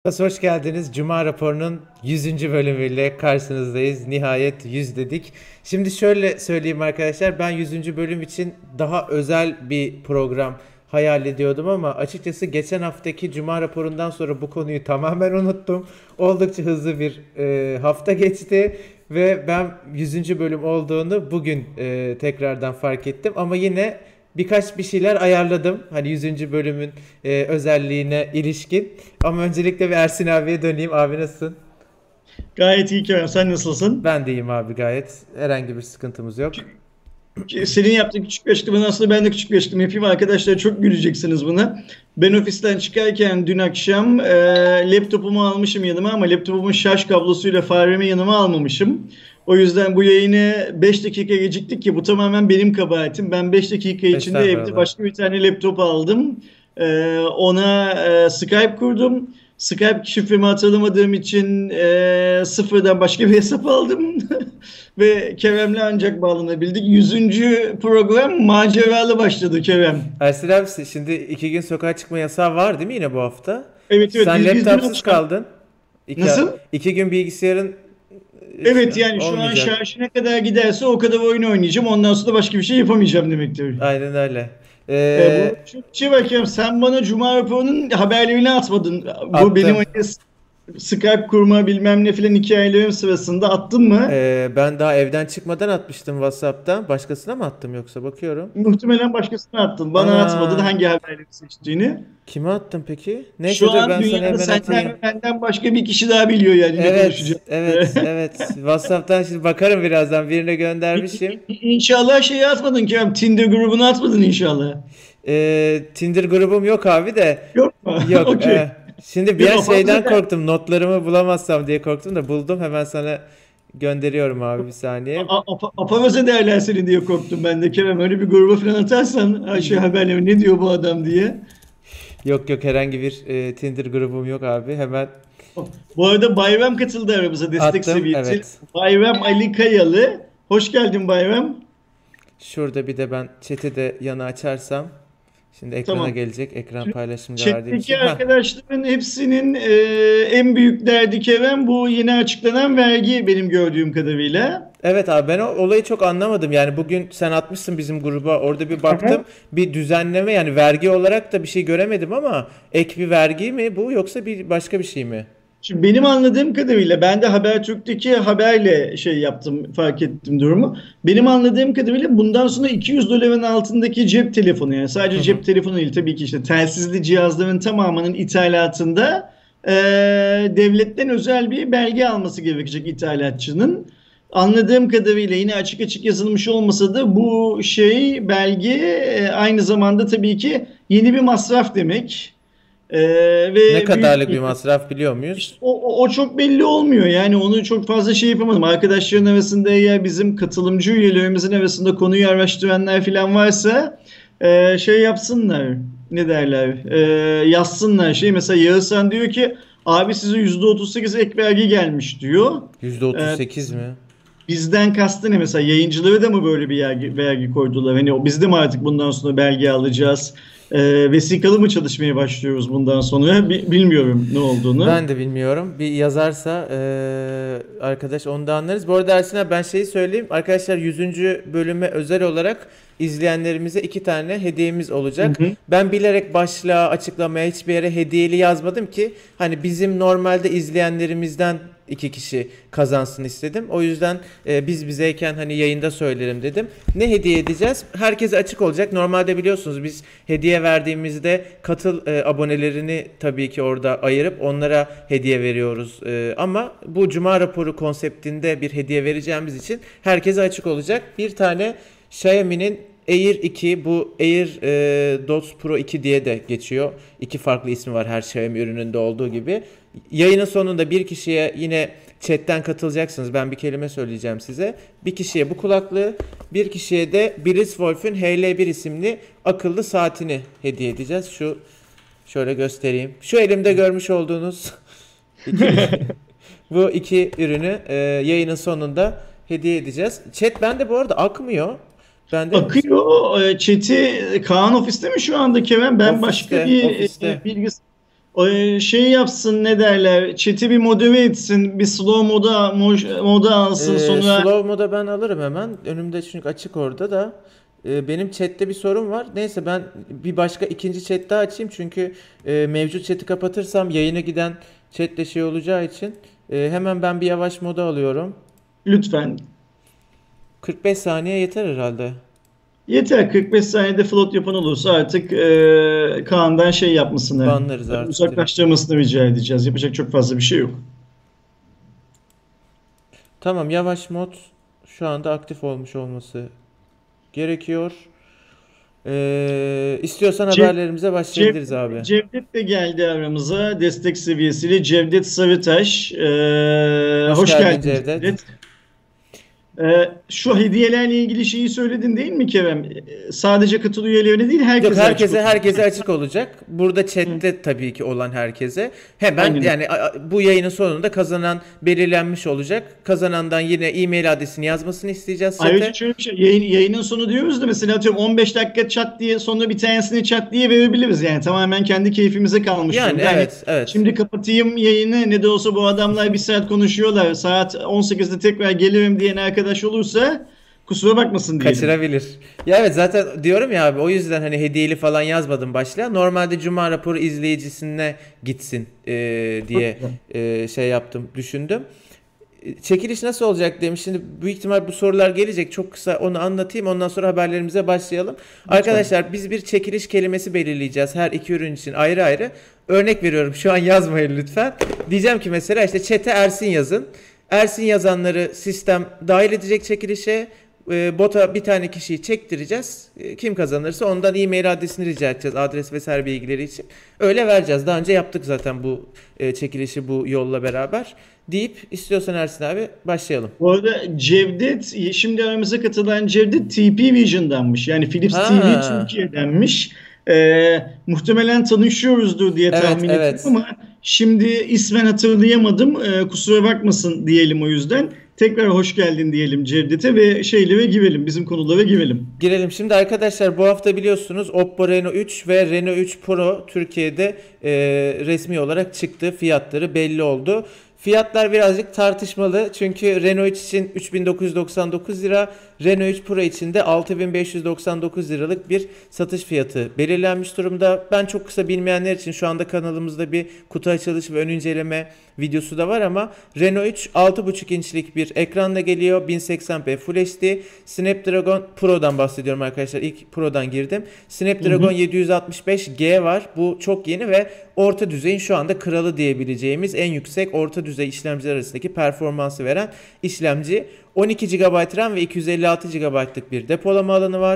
Hoş geldiniz. Cuma raporunun 100. bölümüyle karşınızdayız. Nihayet 100 dedik. Şimdi şöyle söyleyeyim arkadaşlar. Ben 100. bölüm için daha özel bir program hayal ediyordum ama açıkçası geçen haftaki Cuma raporundan sonra bu konuyu tamamen unuttum. Oldukça hızlı bir hafta geçti ve ben 100. bölüm olduğunu bugün tekrardan fark ettim. Ama yine birkaç bir şeyler ayarladım. Hani 100. bölümün özelliğine ilişkin. Ama öncelikle bir Ersin abiye döneyim. Abi nasılsın? Gayet iyi Kerem. Sen nasılsın? Ben de iyiyim abi gayet. Herhangi bir sıkıntımız yok. Senin yaptığın küçük bir açıklamanın aslında ben de küçük bir açıklama yapayım. Arkadaşlar çok güleceksiniz buna. Ben ofisten çıkarken dün akşam laptopumu almışım yanıma ama laptopumun şarj kablosuyla faremi yanıma almamışım. O yüzden bu yayını 5 dakika geciktik ki bu tamamen benim kabahatim. Ben 5 dakika içinde evde Estağfurullah. başka bir tane laptop aldım. Ona Skype kurdum. Skype şifremi hatırlamadığım için sıfırdan başka bir hesap aldım. Ve Kerem'le ancak bağlanabildik. 100. program maceralı başladı Kerem. Ersin abi şimdi 2 gün sokağa çıkma yasağı var değil mi yine bu hafta? Evet evet Sen biz dün laptopsuz akşam kaldın. İki, nasıl? 2 gün bilgisayarın Evet yani şu an olmayacak. şarjı ne kadar giderse o kadar oyun oynayacağım. Ondan sonra da başka bir şey yapamayacağım demektir. Aynen öyle. Bu şu şey var Kerem, sen bana Cuma raporunun haberlerini atmadın. Bu benim Attım. hani Skype kurma bilmem ne filan hikayelerim sırasında attın mı? Ben daha evden çıkmadan atmıştım WhatsApp'tan. Başkasına mı attım yoksa bakıyorum. Muhtemelen başkasına attın. Bana atmadın Ana, hangi haberleri seçtiğini. kime attım peki? Neyse Şu dur an ben sana dünyada hemen senden atayım. ve benden başka bir kişi daha biliyor yani ne Evet, konuşacağız. evet, evet. WhatsApp'tan şimdi bakarım birazdan birine göndermişim. İnşallah şeyi atmadın Kerem. Tinder grubunu atmadın inşallah. Tinder grubum yok abi de. Yok mu? Yok. Okey. Şimdi bir Yok an şeyden apansız, korktum. Notlarımı bulamazsam diye korktum da buldum. Hemen sana gönderiyorum abi bir saniye. apansız derler seni diye korktum ben de Kerem. Öyle bir gruba falan atarsan Ayşe haberleme ne diyor bu adam diye. Yok yok herhangi bir Tinder grubum yok abi. Hemen Bu arada Bayram katıldı aramıza destek attım. seviyesi. Evet. Bayram Ali Kayalı. Hoş geldin Bayram. Şurada bir de ben chat'i de yana açarsam. Şimdi ekrana Tamam. gelecek. Ekran Şimdi paylaşımda verdiğim için. chat'teki Ha. arkadaşların hepsinin en büyük derdi Kerem bu yeni açıklanan vergi benim gördüğüm kadarıyla. Evet abi ben o olayı çok anlamadım. Yani bugün sen atmışsın bizim gruba. Orada bir Hı hı. baktım. Bir düzenleme yani vergi olarak da bir şey göremedim ama ek bir vergi mi bu yoksa bir başka bir şey mi? Şimdi benim anladığım kadarıyla ben de Habertürk'teki haberle şey yaptım, fark ettim durumu. Benim anladığım kadarıyla bundan sonra 200 doların altındaki cep telefonu, yani Hı sadece hı. cep telefonu değil tabii ki, işte telsizli cihazların tamamının ithalatında devletten özel bir belge alması gerekecek ithalatçının. Anladığım kadarıyla yine açık açık yazılmış olmasa da bu şey belge aynı zamanda tabii ki yeni bir masraf demek. Ee, Ne ve büyük kadarlık bir masraf biliyor işte muyuz? o çok belli olmuyor. Yani onu çok fazla şey yapamadım. Arkadaşların arasında eğer bizim katılımcı üyelerimizin arasında konuyu araştıranlar falan varsa şey yapsınlar. Ne derler? Yazsınlar şey. Mesela Yağızhan diyor ki abi size %38 ek vergi gelmiş diyor. E, %38 mi? Bizden kastı ne mesela? Yayıncıları da mı böyle bir vergi koydular? Hani biz de mi artık bundan sonra belge alacağız? Vesikalı mı çalışmaya başlıyoruz bundan sonra? Bilmiyorum ne olduğunu. Ben de bilmiyorum. Bir yazarsa arkadaş onu da anlarız. Bu arada Ersin abi ben şeyi söyleyeyim. Arkadaşlar 100. bölüme özel olarak izleyenlerimize 2 tane hediyemiz Hı olacak. hı. Ben bilerek başlığa, açıklamaya hiçbir yere hediyeli yazmadım ki hani bizim normalde izleyenlerimizden 2 kişi kazansın istedim. O yüzden biz bizeyken hani yayında söylerim dedim. Ne hediye edeceğiz? Herkese açık olacak. Normalde biliyorsunuz biz hediye verdiğimizde katıl abonelerini tabii ki orada ayırıp onlara hediye veriyoruz. Ama bu Cuma raporu konseptinde bir hediye vereceğimiz için herkese açık olacak. Bir tane Xiaomi'nin Air 2 bu Air Dots Pro 2 diye de geçiyor. 2 farklı ismi var her Xiaomi ürününde olduğu gibi. Yayının sonunda bir kişiye yine chatten katılacaksınız. Ben bir kelime söyleyeceğim size. Bir kişiye bu kulaklığı, bir kişiye de Blitzwolf'ün HL1 isimli akıllı saatini hediye edeceğiz. Şöyle göstereyim. Şu elimde görmüş olduğunuz iki, bu 2 ürünü yayının sonunda hediye edeceğiz. Chat bende bu arada akmıyor. Bende Akıyor. Chat'i Kaan ofiste mi şu anda Kerem? Ben başka ofiste, bir ofiste. bilgis Şey yapsın, ne derler, chat'i bir modere etsin, bir slow moda alsın, sonra Slow moda ben alırım hemen. Önümde çünkü açık orada da. Benim chatte bir sorun var. Neyse ben bir başka ikinci chat daha açayım. Çünkü mevcut chat'i kapatırsam yayına giden chatle şey olacağı için hemen ben bir yavaş moda alıyorum. lütfen. 45 saniye yeter herhalde. Yeter, 45 saniyede float yapan olursa artık Kaan'dan şey yapmasını, Banlarız artık direkt. uzaklaştırmasını rica edeceğiz. Yapacak çok fazla bir şey yok. Tamam, yavaş mod şu anda aktif olmuş olması gerekiyor. İstiyorsan Cev, haberlerimize başlayabiliriz Cevdet, abi. Cevdet de geldi aramıza destek seviyesiyle. Cevdet Sarıtaş. Hoş Hoş geldin geldin Cevdet. Cevdet. Şu hediyelerle ilgili şeyi söyledin değil mi Kerem? Sadece katıl üyelerine değil, Yok, herkese açık herkese olacak. herkese açık olacak. Burada Hı, chatte tabii ki olan herkese. Hemen aynen öyle. yani bu yayının sonunda kazanan belirlenmiş olacak. Kazanandan yine e-mail adresini yazmasını isteyeceğiz Ayrıca chat'e. şöyle bir şey, yayının sonu diyoruz da mesela atıyorum 15 dakika chat diye, sonra bir tanesini chat diye verebiliriz. Yani tamamen kendi keyfimize kalmış Yani durumda. Hani evet, evet. şimdi kapatayım yayını, ne de olsa bu adamlar bir saat konuşuyorlar, saat 18'de tekrar gelirim diyen arkadaş olursa kusura bakmasın diyelim. Kaçırabilir. Ya evet, zaten diyorum ya abi, o yüzden hani hediyeli falan yazmadım başlığa. Normalde Cuma raporu izleyicisine gitsin Çok diye güzel. şey yaptım, düşündüm. Çekiliş nasıl olacak demiş. Şimdi büyük ihtimal bu sorular gelecek. Çok kısa onu anlatayım. Ondan sonra haberlerimize başlayalım. Lütfen. Arkadaşlar biz bir çekiliş kelimesi belirleyeceğiz. Her iki ürün için ayrı ayrı. Örnek veriyorum. Şu an yazmayın lütfen. Diyeceğim ki mesela işte chat'e Ersin yazın. Ersin yazanları sistem dahil edecek çekilişe. Bota bir tane kişiyi çektireceğiz. Kim kazanırsa ondan e-mail adresini rica edeceğiz. Adres vesaire bilgileri için. Öyle vereceğiz. Daha önce yaptık zaten bu çekilişi bu yolla beraber. Deyip istiyorsan Ersin abi başlayalım. Bu arada Cevdet, şimdi aramıza katılan Cevdet TP Vision'danmış. Yani Philips TV Ha, Türkiye'denmiş. Muhtemelen tanışıyoruzdur diye evet tahmin ediyorum evet. ama şimdi ismen hatırlayamadım. Kusura bakmasın diyelim o yüzden. Tekrar hoş geldin diyelim Cevdet'e ve şeylere girelim. Bizim konulara girelim. Girelim. Şimdi arkadaşlar bu hafta biliyorsunuz Oppo Reno 3 ve Reno 3 Pro Türkiye'de resmi olarak çıktı. Fiyatları belli oldu. Fiyatlar birazcık tartışmalı. Çünkü Reno 3 için 3999 lira, Reno 3 Pro için de 6599 liralık bir satış fiyatı belirlenmiş durumda. Ben çok kısa bilmeyenler için şu anda kanalımızda bir kutu açılış ve ön inceleme videosu da var ama Reno 3 6.5 inçlik bir ekranla geliyor. 1080p Full HD. Snapdragon Pro'dan bahsediyorum arkadaşlar. İlk Pro'dan girdim. Hı hı. Snapdragon 765G var. Bu çok yeni ve orta düzeyin şu anda kralı diyebileceğimiz en yüksek orta düzey işlemciler arasındaki performansı veren işlemci. 12 GB RAM ve 256 GB'lık bir depolama alanı var.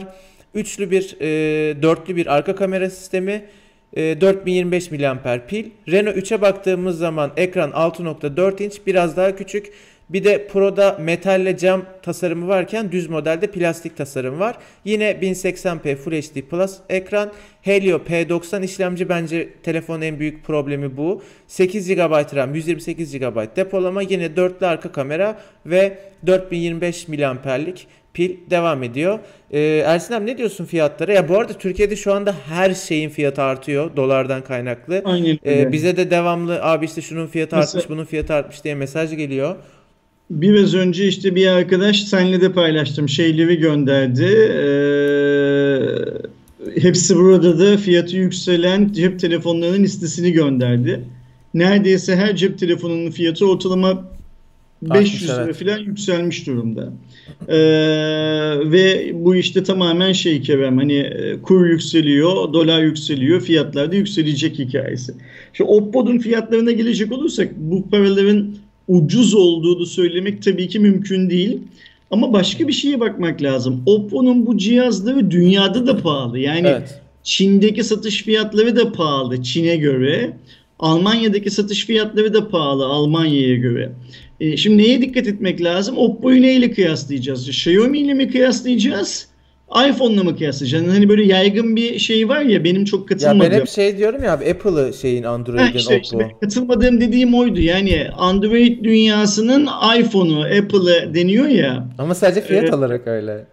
Dörtlü bir arka kamera sistemi. 4025 mAh pil. Reno 3'e baktığımız zaman ekran 6.4 inç, biraz daha küçük. Bir de Pro'da metalle cam tasarımı varken düz modelde plastik tasarım var. Yine 1080p Full HD Plus ekran. Helio P90 işlemci, bence telefonun en büyük problemi bu. 8 GB RAM, 128 GB depolama, yine dörtlü arka kamera ve 4025 mAh'lik pil devam ediyor. Ersin abi ne diyorsun fiyatlara? Ya bu arada Türkiye'de şu anda her şeyin fiyatı artıyor dolardan kaynaklı. Aynen öyle. Bize de devamlı abi işte şunun fiyatı Mesela artmış, bunun fiyatı artmış diye mesaj geliyor. biraz önce işte bir arkadaş senle de paylaştım. Şeyleri gönderdi. Hepsi burada da fiyatı yükselen cep telefonlarının listesini gönderdi. Neredeyse her cep telefonunun fiyatı ortalama Artmış 500 lira evet. falan yükselmiş durumda. Ee, Ve bu işte tamamen şey Kerem, hani kur yükseliyor, dolar yükseliyor, fiyatlar da yükselecek hikayesi. Şimdi Oppo'nun fiyatlarına gelecek olursak bu paraların ucuz olduğunu söylemek tabii ki mümkün değil. Ama başka bir şeye bakmak lazım. Oppo'nun bu cihazları dünyada da pahalı. Yani Evet. Çin'deki satış fiyatları da pahalı Çin'e göre. Almanya'daki satış fiyatları da pahalı Almanya'ya göre. Şimdi neye dikkat etmek lazım? Oppo'yu neyle kıyaslayacağız? Xiaomi ile mi kıyaslayacağız? iPhone'la mı kıyaslayacağız? Hani böyle yaygın bir şey var ya, benim çok Ya ben hep katılmadığım. şey diyorum ya abi, Apple'ı şeyin, Ha Android'in işte Oppo. benim katılmadığım dediğim oydu. Yani Android dünyasının iPhone'u, Apple'ı deniyor ya. Ama sadece E, fiyat olarak öyle.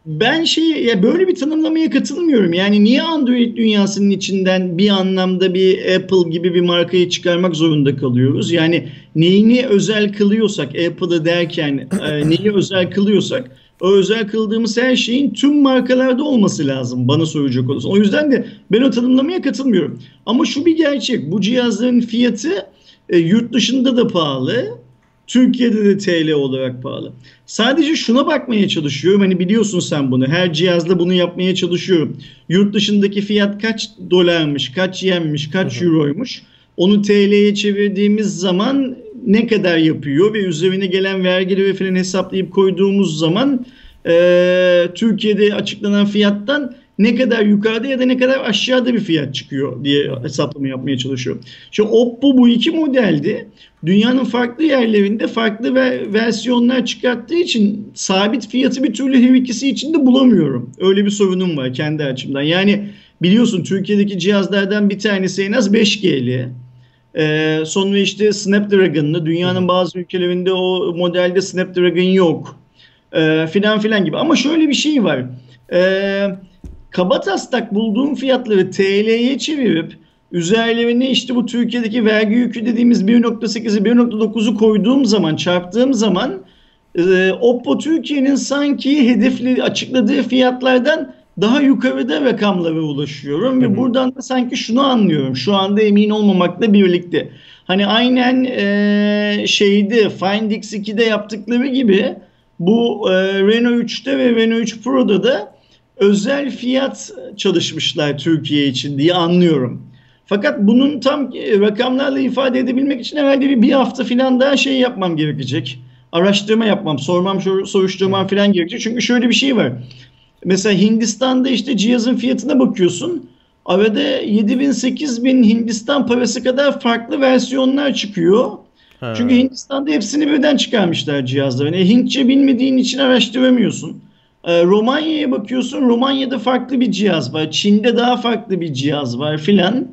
Ben ya böyle bir tanımlamaya katılmıyorum. Yani niye Android dünyasının içinden bir anlamda bir Apple gibi bir markayı çıkarmak zorunda kalıyoruz? Yani neyini özel kılıyorsak, Apple'ı derken neyi özel kılıyorsak, o özel kıldığımız her şeyin tüm markalarda olması lazım bana soracak olursa. O yüzden de ben o tanımlamaya katılmıyorum. Ama şu bir gerçek, bu cihazların fiyatı yurt dışında da pahalı. Türkiye'de de TL olarak pahalı. Sadece şuna bakmaya çalışıyorum. Hani biliyorsun sen bunu. Her cihazla bunu yapmaya çalışıyorum. Yurt dışındaki fiyat kaç dolarmış, kaç yenmiş, kaç euroymuş. Onu TL'ye çevirdiğimiz zaman ne kadar yapıyor ve üzerine gelen vergileri falan hesaplayıp koyduğumuz zaman Türkiye'de açıklanan fiyattan ne kadar yukarıda ya da ne kadar aşağıda bir fiyat çıkıyor diye hesaplama yapmaya çalışıyorum. Şimdi Oppo bu iki modeldi. Dünyanın farklı yerlerinde farklı versiyonlar çıkarttığı için sabit fiyatı bir türlü her ikisi için de bulamıyorum. Öyle bir sorunum var kendi açımdan. Yani biliyorsun Türkiye'deki cihazlardan bir tanesi en az 5G'li. Sonra işte Snapdragon'lı. Dünyanın bazı ülkelerinde o modelde Snapdragon yok. Filan filan gibi. Ama şöyle bir şey var. Kabataslak bulduğum fiyatları TL'ye çevirip üzerlerine işte bu Türkiye'deki vergi yükü dediğimiz 1.8'i 1.9'u koyduğum zaman, çarptığım zaman Oppo Türkiye'nin sanki hedefli açıkladığı fiyatlardan daha yukarıda rakamlara ulaşıyorum ve buradan da sanki şunu anlıyorum. Şu anda emin olmamakla birlikte. Hani aynen Find X2'de yaptıkları gibi bu Reno 3'te ve Reno 3 Pro'da da özel fiyat çalışmışlar Türkiye için diye anlıyorum. Fakat bunun tam rakamlarla ifade edebilmek için herhalde bir hafta falan daha yapmam gerekecek. Araştırma yapmam, soruşturmam falan gerekecek. Çünkü şöyle bir şey var. Mesela Hindistan'da işte cihazın fiyatına bakıyorsun. Arada 7.000-8.000 Hindistan parası kadar farklı versiyonlar çıkıyor. Çünkü Hindistan'da hepsini birden çıkarmışlar cihazları. Yani Hintçe bilmediğin için araştıramıyorsun. Romanya'ya bakıyorsun. Romanya'da farklı bir cihaz var. Çin'de daha farklı bir cihaz var filan.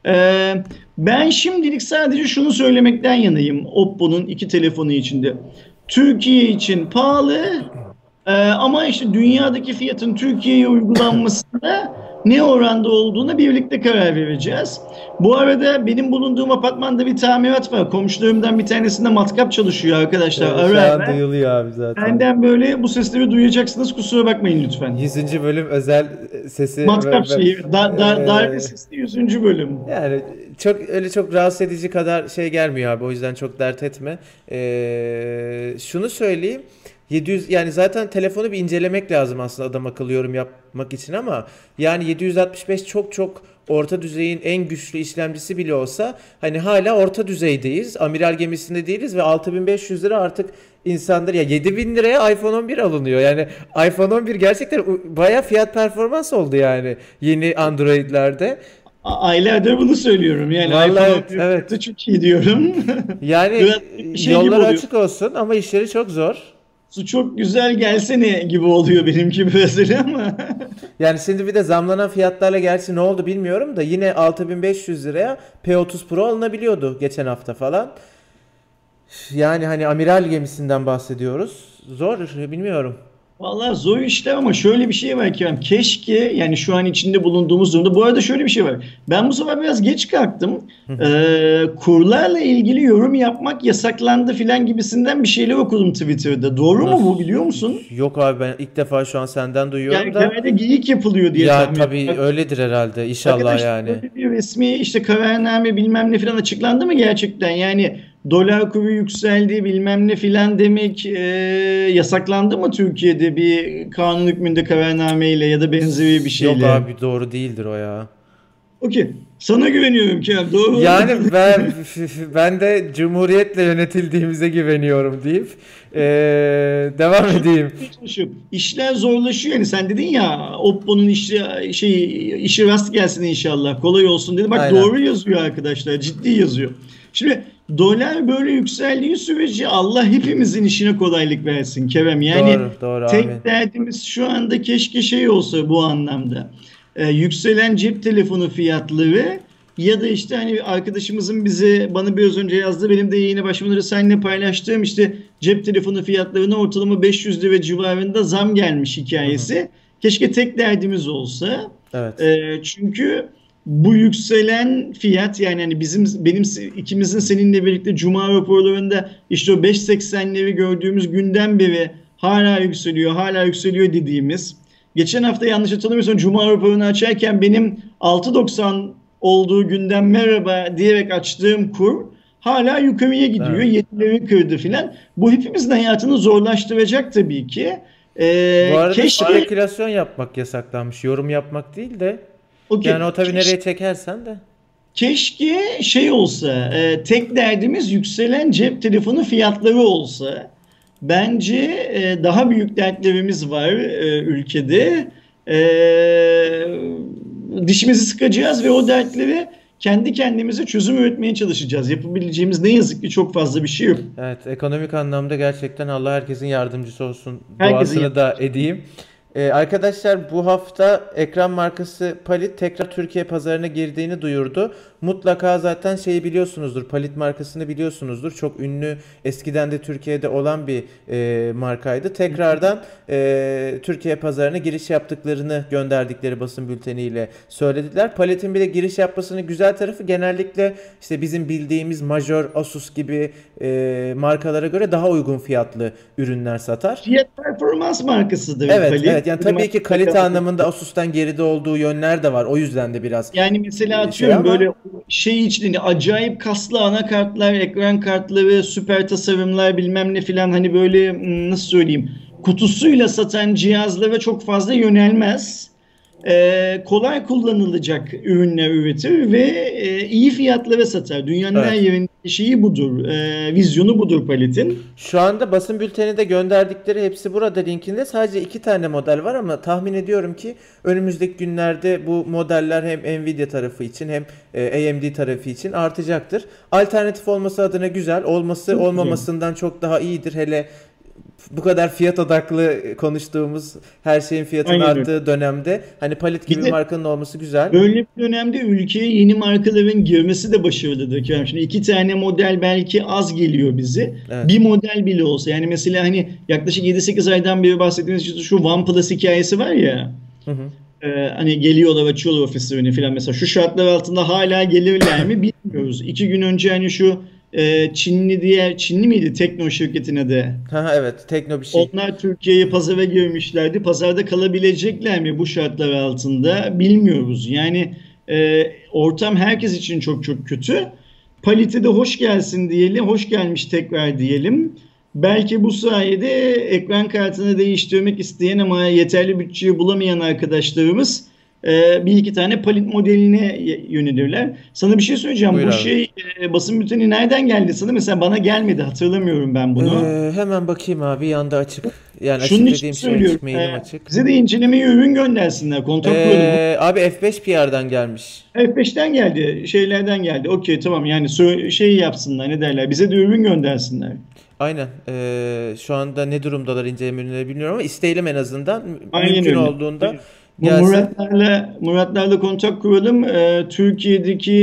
Ben şimdilik sadece şunu söylemekten yanayım. Oppo'nun iki telefonu içinde. Türkiye için pahalı ama işte dünyadaki fiyatın Türkiye'ye uygulanmasında ne oranda olduğuna birlikte karar vereceğiz. Bu arada benim bulunduğum apartmanda bir tamirat var. Komşularımdan bir tanesinde matkap çalışıyor arkadaşlar. Evet, şu an duyuluyor abi zaten. Benden böyle bu sesleri duyacaksınız. Kusura bakmayın lütfen. 100. bölüm özel sesi. Matkap şeyi. Darbe sesli 100. bölüm. Yani çok rahatsız edici kadar gelmiyor abi. O yüzden çok dert etme. Şunu söyleyeyim. 700 yani zaten telefonu bir incelemek lazım aslında adam akıllı yorum yapmak için ama yani 765 çok orta düzeyin en güçlü işlemcisi bile olsa hani hala orta düzeydeyiz. Amiral gemisinde değiliz ve 6500 lira artık insanlar 7000 liraya iPhone 11 alınıyor. Yani iPhone 11 gerçekten bayağı fiyat performans oldu yani yeni Android'lerde. Aylardır bunu söylüyorum. Yani vallahi evet. Çok iyi diyorum. Yani yollar açık olsun ama işleri çok zor. Su çok güzel gelsene gibi oluyor benimki mesela ama. Yani şimdi bir de zamlanan fiyatlarla gerçi ne oldu bilmiyorum da yine 6500 liraya P30 Pro alınabiliyordu geçen hafta falan. Yani hani amiral gemisinden bahsediyoruz. Zor bilmiyorum. Vallahi zor işler ama şöyle bir şey var Kerem. Keşke yani şu an içinde bulunduğumuz durumda. Bu arada şöyle bir şey var. Ben bu sefer biraz geç kalktım. Kurlarla ilgili yorum yapmak yasaklandı filan gibisinden bir şeyler okudum Twitter'da. Doğru mu bu biliyor musun? Yok abi ben ilk defa şu an senden duyuyorum yani da. Yani genelde geyik yapılıyor diye tahmin ediyorum. Ya tabii öyledir herhalde inşallah arkadaşlar, yani. Böyle bir resmi işte kararname bilmem ne filan açıklandı mı gerçekten? Yani dolar kuru yükseldi bilmem ne filan demek yasaklandı mı Türkiye'de bir kanun hükmünde kararnameyle ya da benzeri bir şeyle? Yok abi doğru değildir o ya. Okey. Sana güveniyorum Kerem. Doğru. Yani ben de Cumhuriyet'le yönetildiğimize güveniyorum deyip devam edeyim. İşler zorlaşıyor yani sen dedin ya Oppo'nun işi rast gelsin inşallah kolay olsun dedi. Bak aynen. Doğru yazıyor arkadaşlar ciddi yazıyor. Şimdi dolar böyle yükseldiği sürece Allah hepimizin işine kolaylık versin Kerem. Yani doğru, tek amin. derdimiz şu anda keşke olsa bu anlamda. Yükselen cep telefonu fiyatları Ya da işte hani arkadaşımızın bana biraz önce yazdığı, benim de yayına başlamadan seninle paylaştığım işte cep telefonu fiyatlarına ortalama 500 lira civarında zam gelmiş Hı hı. hikayesi. Keşke tek derdimiz olsa. Evet. Çünkü bu yükselen fiyat, yani hani ikimizin seninle birlikte Cuma raporlarında işte o 5.80'leri gördüğümüz günden beri hala yükseliyor, hala yükseliyor dediğimiz. Geçen hafta yanlış hatırlamıyorsam Cuma raporunu açarken benim 6.90 olduğu günden merhaba diyerek açtığım kur hala yukarıya gidiyor. Evet. 7'leri kırdı filan. Bu hepimizin hayatını zorlaştıracak tabii ki. Bu arada Keşke spekülasyon yapmak yasaklanmış. Yorum yapmak değil de. Yani okey, o tabii nereye çekersen de. keşke şey olsa, tek derdimiz yükselen cep telefonu fiyatları olsa. Bence daha büyük dertlerimiz var ülkede. E, Dişimizi sıkacağız ve o dertleri kendi kendimize çözüm üretmeye çalışacağız. Yapabileceğimiz ne yazık ki çok fazla bir şey yok. Evet, ekonomik anlamda gerçekten Allah herkesin yardımcısı olsun Herkesin duasını da edeyim. Arkadaşlar bu hafta ekran markası Palit tekrar Türkiye pazarına girdiğini duyurdu. Mutlaka zaten şeyi biliyorsunuzdur, Palit markasını biliyorsunuzdur. Çok ünlü, eskiden de Türkiye'de olan bir markaydı. Tekrardan Türkiye pazarına giriş yaptıklarını gönderdikleri basın bülteniyle söylediler. Palit'in bir de giriş yapmasının güzel tarafı, genellikle işte bizim bildiğimiz Major, Asus gibi markalara göre daha uygun fiyatlı ürünler satar. fiyat performans markasıdır Evet, Palit. evet. Yani tabii ki kalite anlamında Asus'tan geride olduğu yönler de var. O yüzden de biraz Yani mesela şey atıyorum ama böyle şey içinde acayip kaslı anakartlar, ekran kartları, süper tasarımlar bilmem ne filan, hani böyle nasıl söyleyeyim, kutusuyla satan cihazlara çok fazla yönelmez. Kolay kullanılacak ürünler üretir ve iyi fiyatlara satar. Dünyanın her evet. yerinde şeyi budur, vizyonu budur Palit'in. Şu anda basın bülteni de gönderdikleri hepsi burada linkinde. Sadece iki tane model var ama tahmin ediyorum ki önümüzdeki günlerde bu modeller hem Nvidia tarafı için hem AMD tarafı için artacaktır. Alternatif olması adına güzel, olması Çok güzel. olmamasından çok daha iyidir. Hele bu kadar fiyat odaklı konuştuğumuz, her şeyin fiyatının Aynen öyle. arttığı dönemde hani Palit Bir gibi de markanın olması güzel. böyle bir dönemde ülkeye yeni markaların girmesi de başarılıdır Kerem. Şimdi iki tane model belki az geliyor bize. Bir Evet. model bile olsa, yani mesela hani yaklaşık 7-8 aydan beri bahsettiğimiz işte şu OnePlus hikayesi var ya. Hı hı. Hani geliyorlar, açıyorlar ofislerini falan, mesela şu şartlar altında hala gelirler mi bilmiyoruz. 2 gün önce hani şu Çinli miydi Tekno şirketine de? Ha evet, Tekno bir şey. Onlar Türkiye'ye pazara girmişlerdi. Pazarda kalabilecekler mi bu şartlar altında bilmiyoruz. Yani ortam herkes için çok çok kötü. Palite de hoş gelsin diyelim, hoş gelmiş tekrar diyelim. Belki bu sayede ekran kartını değiştirmek isteyen ama yeterli bütçeyi bulamayan arkadaşlarımız bir iki tane Palit modeline yönelirler. Sana bir şey söyleyeceğim. Buyur Bu abi. şey basın bülteni nereden geldi sana? Mesela bana gelmedi. Hatırlamıyorum ben bunu. Hemen bakayım abi, yanda açık. Yani Şunun açık için dediğim şey söylüyorum. açık, mailim açık. Bize de incelemeye ürün göndersinler. Kontak kuralım. Abi F5 PR'dan gelmiş. F5'ten geldi. Şeylerden geldi. Okey, tamam. Yani şey yapsınlar. Ne derler? Bize de ürün göndersinler. Aynen. Şu anda ne durumdalar inceleme ürünleri bilmiyorum ama isteyelim en azından. Aynen Mümkün öyle. olduğunda gelsin. Muratlarla kontak kuralım. Türkiye'deki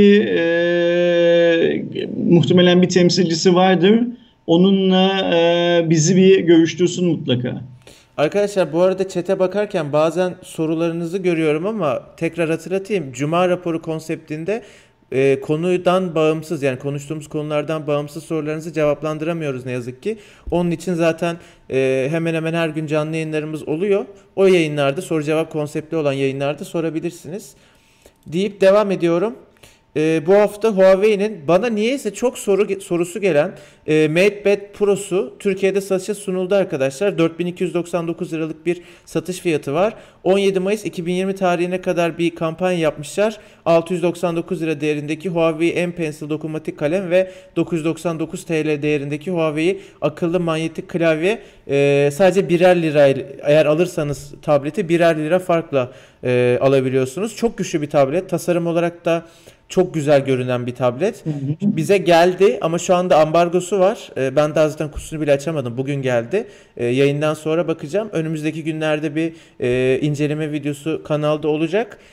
muhtemelen bir temsilcisi vardır. Onunla bizi bir görüştürsün mutlaka. Arkadaşlar bu arada chat'e bakarken bazen sorularınızı görüyorum ama tekrar hatırlatayım. Cuma raporu konseptinde konudan bağımsız, yani konuştuğumuz konulardan bağımsız sorularınızı cevaplandıramıyoruz ne yazık ki. Onun için zaten hemen hemen her gün canlı yayınlarımız oluyor. O yayınlarda, soru cevap konseptli olan yayınlarda sorabilirsiniz deyip devam ediyorum. Bu hafta Huawei'nin bana niyeyse çok sorusu gelen MatePad Pro'su Türkiye'de satışa sunuldu arkadaşlar. 4299 liralık bir satış fiyatı var. 17 Mayıs 2020 tarihine kadar bir kampanya yapmışlar. 699 lira değerindeki Huawei M Pencil dokunmatik kalem ve 999 TL değerindeki Huawei akıllı manyetik klavye, sadece birer lira, eğer alırsanız tableti birer lira farkla alabiliyorsunuz. Çok güçlü bir tablet. Tasarım olarak da çok güzel görünen bir tablet. Hı hı. Bize geldi ama şu anda ambargosu var. Ben daha zaten kutusunu bile açamadım. Bugün geldi. Yayından sonra bakacağım. Önümüzdeki günlerde bir inceleme videosu kanalda olacak.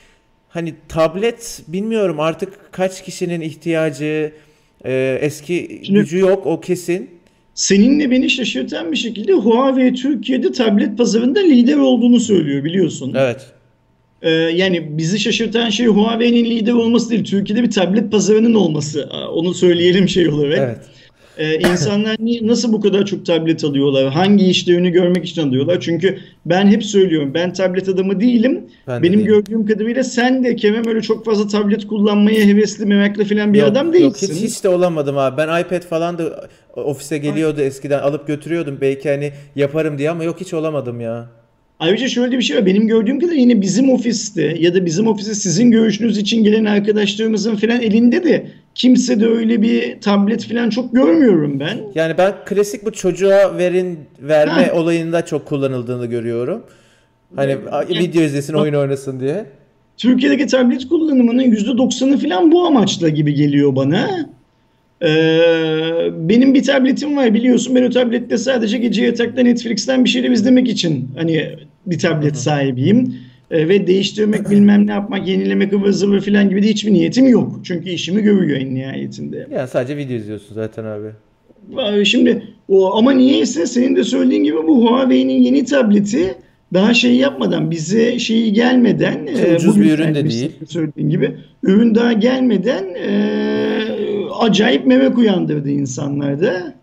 hani tablet bilmiyorum artık kaç kişinin ihtiyacı, eski Şimdi gücü yok o kesin. seninle beni şaşırtan bir şekilde Huawei Türkiye'de tablet pazarında lider olduğunu söylüyor biliyorsun. Evet. Yani bizi şaşırtan şey Huawei'nin lider olması değil, Türkiye'de bir tablet pazarının olması. Onu söyleyelim şey olarak. Evet. İnsanlar nasıl bu kadar çok tablet alıyorlar? Hangi işlerini görmek için alıyorlar? Çünkü ben hep söylüyorum, ben tablet adamı değilim. Ben de Benim değilim. gördüğüm kadarıyla sen de Kerem öyle çok fazla tablet kullanmaya hevesli, meraklı falan bir Yok adam yok, hiç değilsin. hiç de olamadım abi. Ben iPad falan da ofise geliyordu eskiden, alıp götürüyordum belki hani yaparım diye, ama yok hiç olamadım ya. Ayrıca şöyle bir şey var. Benim gördüğüm kadarıyla yine bizim ofiste ya da bizim ofise sizin görüşünüz için gelen arkadaşlarımızın falan elinde de kimse de öyle bir tablet falan çok görmüyorum ben. Yani ben klasik bu çocuğa verme Ha, olayında çok kullanıldığını görüyorum. Hani yani video izlesin, oyun oynasın diye. Türkiye'deki tablet kullanımının %90'ı falan bu amaçla gibi geliyor bana. Benim bir tabletim var biliyorsun. Ben o tablette sadece gece yatakta Netflix'ten bir şeyler izlemek için hani bir Hı tablet hı. sahibiyim. Ve değiştirmek bilmem ne yapmak, yenilemek ıvır zıvır falan gibi de hiçbir niyetim yok. Çünkü işimi görüyor en nihayetinde. Yani sadece video izliyorsun zaten abi. Şimdi o ama niyeyse senin de söylediğin gibi bu Huawei'nin yeni tableti daha şey yapmadan bize şeyi gelmeden Ki ucuz bir bugün ürün de gelmiş değil. senin söylediğin gibi ürün daha gelmeden acayip merak uyandırdı insanlarda.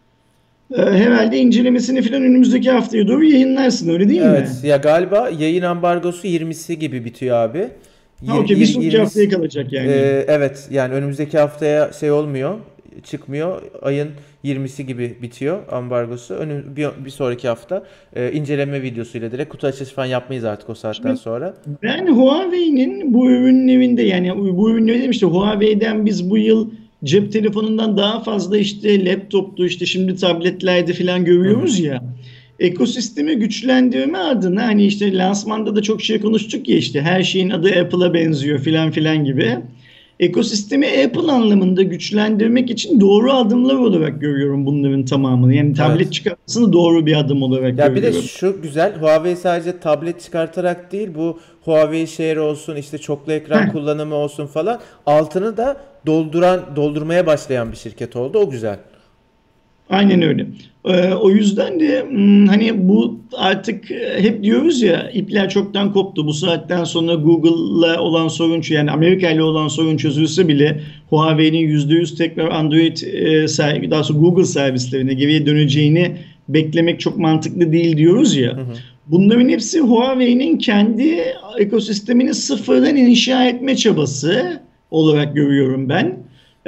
Herhalde incelemesini falan önümüzdeki haftaya doğru yayınlarsın öyle değil Evet mi? ya, galiba yayın ambargosu 20'si gibi bitiyor abi. Ha okey, bir sonraki 20 haftaya kalacak yani. evet, yani önümüzdeki haftaya şey olmuyor, çıkmıyor. Ayın 20'si gibi bitiyor ambargosu. Bir sonraki hafta inceleme videosuyla direkt kutu açılışı falan yapmayız artık o saatten Şimdi sonra. ben Huawei'nin bu ürünlerinde yani bu ürünleri dedim işte Huawei'den biz bu yıl cep telefonundan daha fazla işte laptoptu işte şimdi tabletlerde falan Hı hı. görüyoruz ya. Ekosistemi güçlendirme adına hani işte lansmanda da çok şey konuştuk ya işte her şeyin adı Apple'a benziyor filan filan gibi. Ekosistemi Apple anlamında güçlendirmek için doğru adımlar olarak görüyorum bunların tamamını. Yani tablet Evet. çıkartmasını doğru bir adım olarak Ya bir de görüyorum. şu güzel, Huawei sadece tablet çıkartarak değil, bu Huawei Share olsun, işte çoklu ekran Heh. kullanımı olsun falan, altını da doldurmaya başlayan bir şirket oldu. O güzel. Aynen öyle. O yüzden de hani bu artık hep diyoruz ya ipler çoktan koptu. Bu saatten sonra Google'la olan sorun yani Amerika ile olan sorun çözülse bile Huawei'nin %100 tekrar Android daha sonra Google servislerine geriye döneceğini beklemek çok mantıklı değil diyoruz Hı ya. hı. Bunların hepsi Huawei'nin kendi ekosistemini sıfırdan inşa etme çabası olarak görüyorum ben.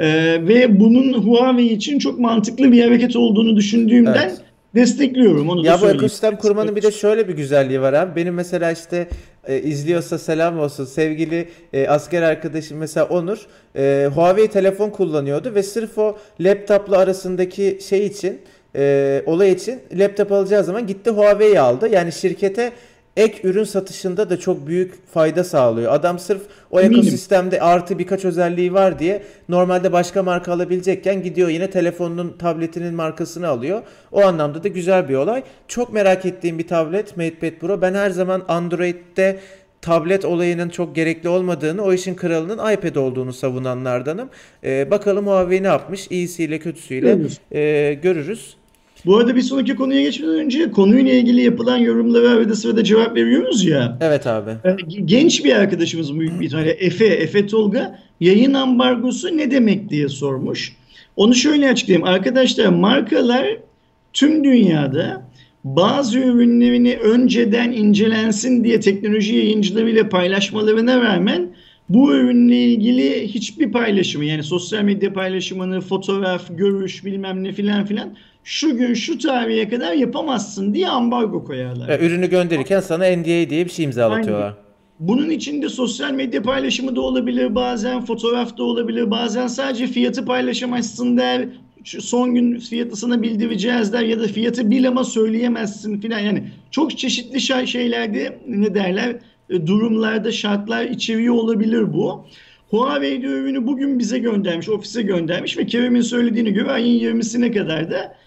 Ve bunun Huawei için çok mantıklı bir hareket olduğunu düşündüğümden Evet. destekliyorum. Onu da Ya bu söyleyeyim. ekosistem kurmanın bir de şöyle bir güzelliği var abi. Benim mesela işte izliyorsa selam olsun, sevgili asker arkadaşım mesela Onur, Huawei telefon kullanıyordu ve sırf o laptopla arasındaki şey için, olay için laptop alacağı zaman gitti Huawei'yi aldı. Yani şirkete ek ürün satışında da çok büyük fayda sağlıyor. Adam sırf o Eminim. ekosistemde artı birkaç özelliği var diye normalde başka marka alabilecekken gidiyor yine telefonunun, tabletinin markasını alıyor. O anlamda da güzel bir olay. Çok merak ettiğim bir tablet MatePad Pro. Ben her zaman Android'de tablet olayının çok gerekli olmadığını, o işin kralının iPad olduğunu savunanlardanım. Bakalım Huawei ne yapmış? İyisiyle kötüsüyle Görürüz. görürüz. Bu arada bir sonraki konuya geçmeden önce konuyla ilgili yapılan yorumlara arada sırada cevap veriyoruz ya. Evet abi. Genç bir arkadaşımız büyük bir ihtimalle Efe Tolga yayın ambargosu ne demek diye sormuş. Onu şöyle açıklayayım. Arkadaşlar markalar tüm dünyada bazı ürünlerini önceden incelensin diye teknoloji yayıncılarıyla paylaşmalarına rağmen bu ürünle ilgili hiçbir paylaşımı yani sosyal medya paylaşımını, fotoğraf, görüş bilmem ne filan filan şu gün şu tarihe kadar yapamazsın diye ambargo koyarlar. Ürünü gönderirken sana NDA diye bir şey Aynen. imzalatıyorlar. Bunun içinde sosyal medya paylaşımı da olabilir, bazen fotoğraf da olabilir, bazen sadece fiyatı paylaşamazsın der, şu son gün fiyatı sana bildireceğiz der ya da fiyatı bil ama söyleyemezsin filan. Yani çok çeşitli şeylerde ne derler durumlarda şartlar içeriyor olabilir bu. Huawei ürünü bugün bize göndermiş, ofise göndermiş ve Kerem'in söylediğine göre ayın 20'sine kadar da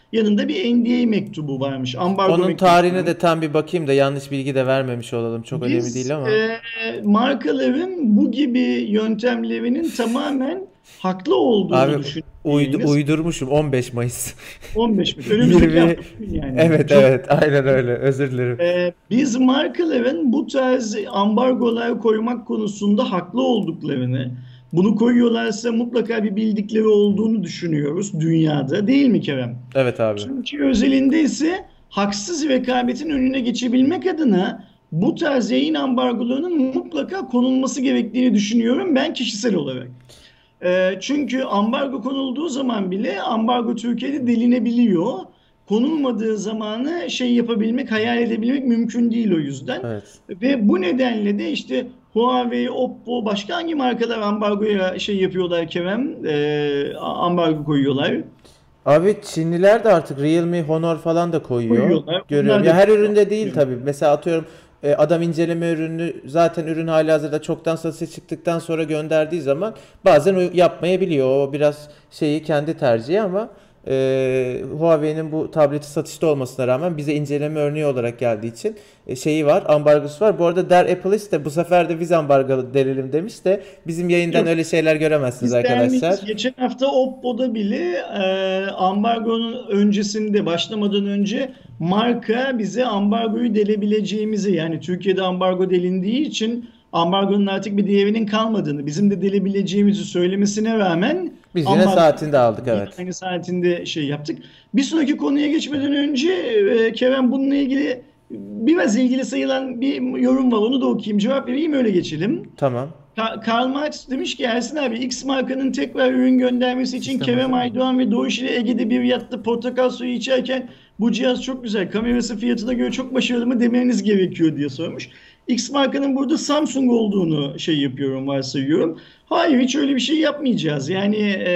Yanında bir NDA mektubu varmış. Ambargo Onun mektubu. tarihine de tam bir bakayım da yanlış bilgi de vermemiş olalım. Çok önemli Biz değil ama. markaların bu gibi yöntemlerinin tamamen haklı Abi olduğunu düşüneceğiniz uydurmuşum 15 Mayıs. 15 bin. Önümüzdeki 20. hafta yani. Evet Çok evet aynen öyle. Özür dilerim. biz markaların bu tarz ambargolar koymak konusunda haklı olduklarını, bunu koyuyorlarsa mutlaka bir bildikleri olduğunu düşünüyoruz dünyada, değil mi Kerem? Evet abi. Türkiye özelinde ise haksız rekabetin önüne geçebilmek adına bu tarz yayın ambargolarının mutlaka konulması gerektiğini düşünüyorum ben kişisel olarak. Çünkü ambargo konulduğu zaman bile ambargo Türkiye'de delinebiliyor. Konulmadığı zamanı şey yapabilmek, hayal edebilmek mümkün değil o yüzden. Evet. Ve bu nedenle de işte Huawei, Oppo, başka hangi markalar ambargoya şey yapıyorlar Kerem? Ambargo koyuyorlar. Abi Çinliler de artık Realme, Honor falan da koyuyor. Koyuyorlar. Görüyorum. Onlar Ya da her üründe değil tabii. Mesela atıyorum adam inceleme ürünü zaten ürün halihazırda çoktan satışa çıktıktan sonra gönderdiği zaman bazen yapmayabiliyor. O biraz şeyi kendi tercihi ama Huawei'nin bu tableti satışta olmasına rağmen bize inceleme örneği olarak geldiği için şeyi var, ambargosu var. Bu arada Der Appleist de bu sefer de biz ambargo denelim demiş de bizim yayından Yok. öyle şeyler göremezsiniz Biz beğenmeyiz. arkadaşlar. Geçen hafta Oppo'da bile ambargonun öncesinde başlamadan önce marka bize ambargoyu delebileceğimizi yani Türkiye'de ambargo delindiği için ambargonun artık bir değerinin kalmadığını bizim de delebileceğimizi söylemesine rağmen Biz yine ambargo saatinde aldık yine evet. aynı saatinde şey yaptık. Bir sonraki konuya geçmeden önce Kerem bununla ilgili biraz ilgili sayılan bir yorum var. Onu da okuyayım. Cevap vereyim öyle geçelim. Tamam. Karl Marx demiş ki Ersin abi X markanın tekrar ürün göndermesi için Sistem Kerem hazır mı? Aydoğan ve Doğuş ile Ege'de bir yatta portakal suyu içerken bu cihaz çok güzel kamerası fiyatına göre çok başarılı mı demeniz gerekiyor diye sormuş. X markanın burada Samsung olduğunu şey yapıyorum varsayıyorum. Hayır hiç öyle bir şey yapmayacağız. Yani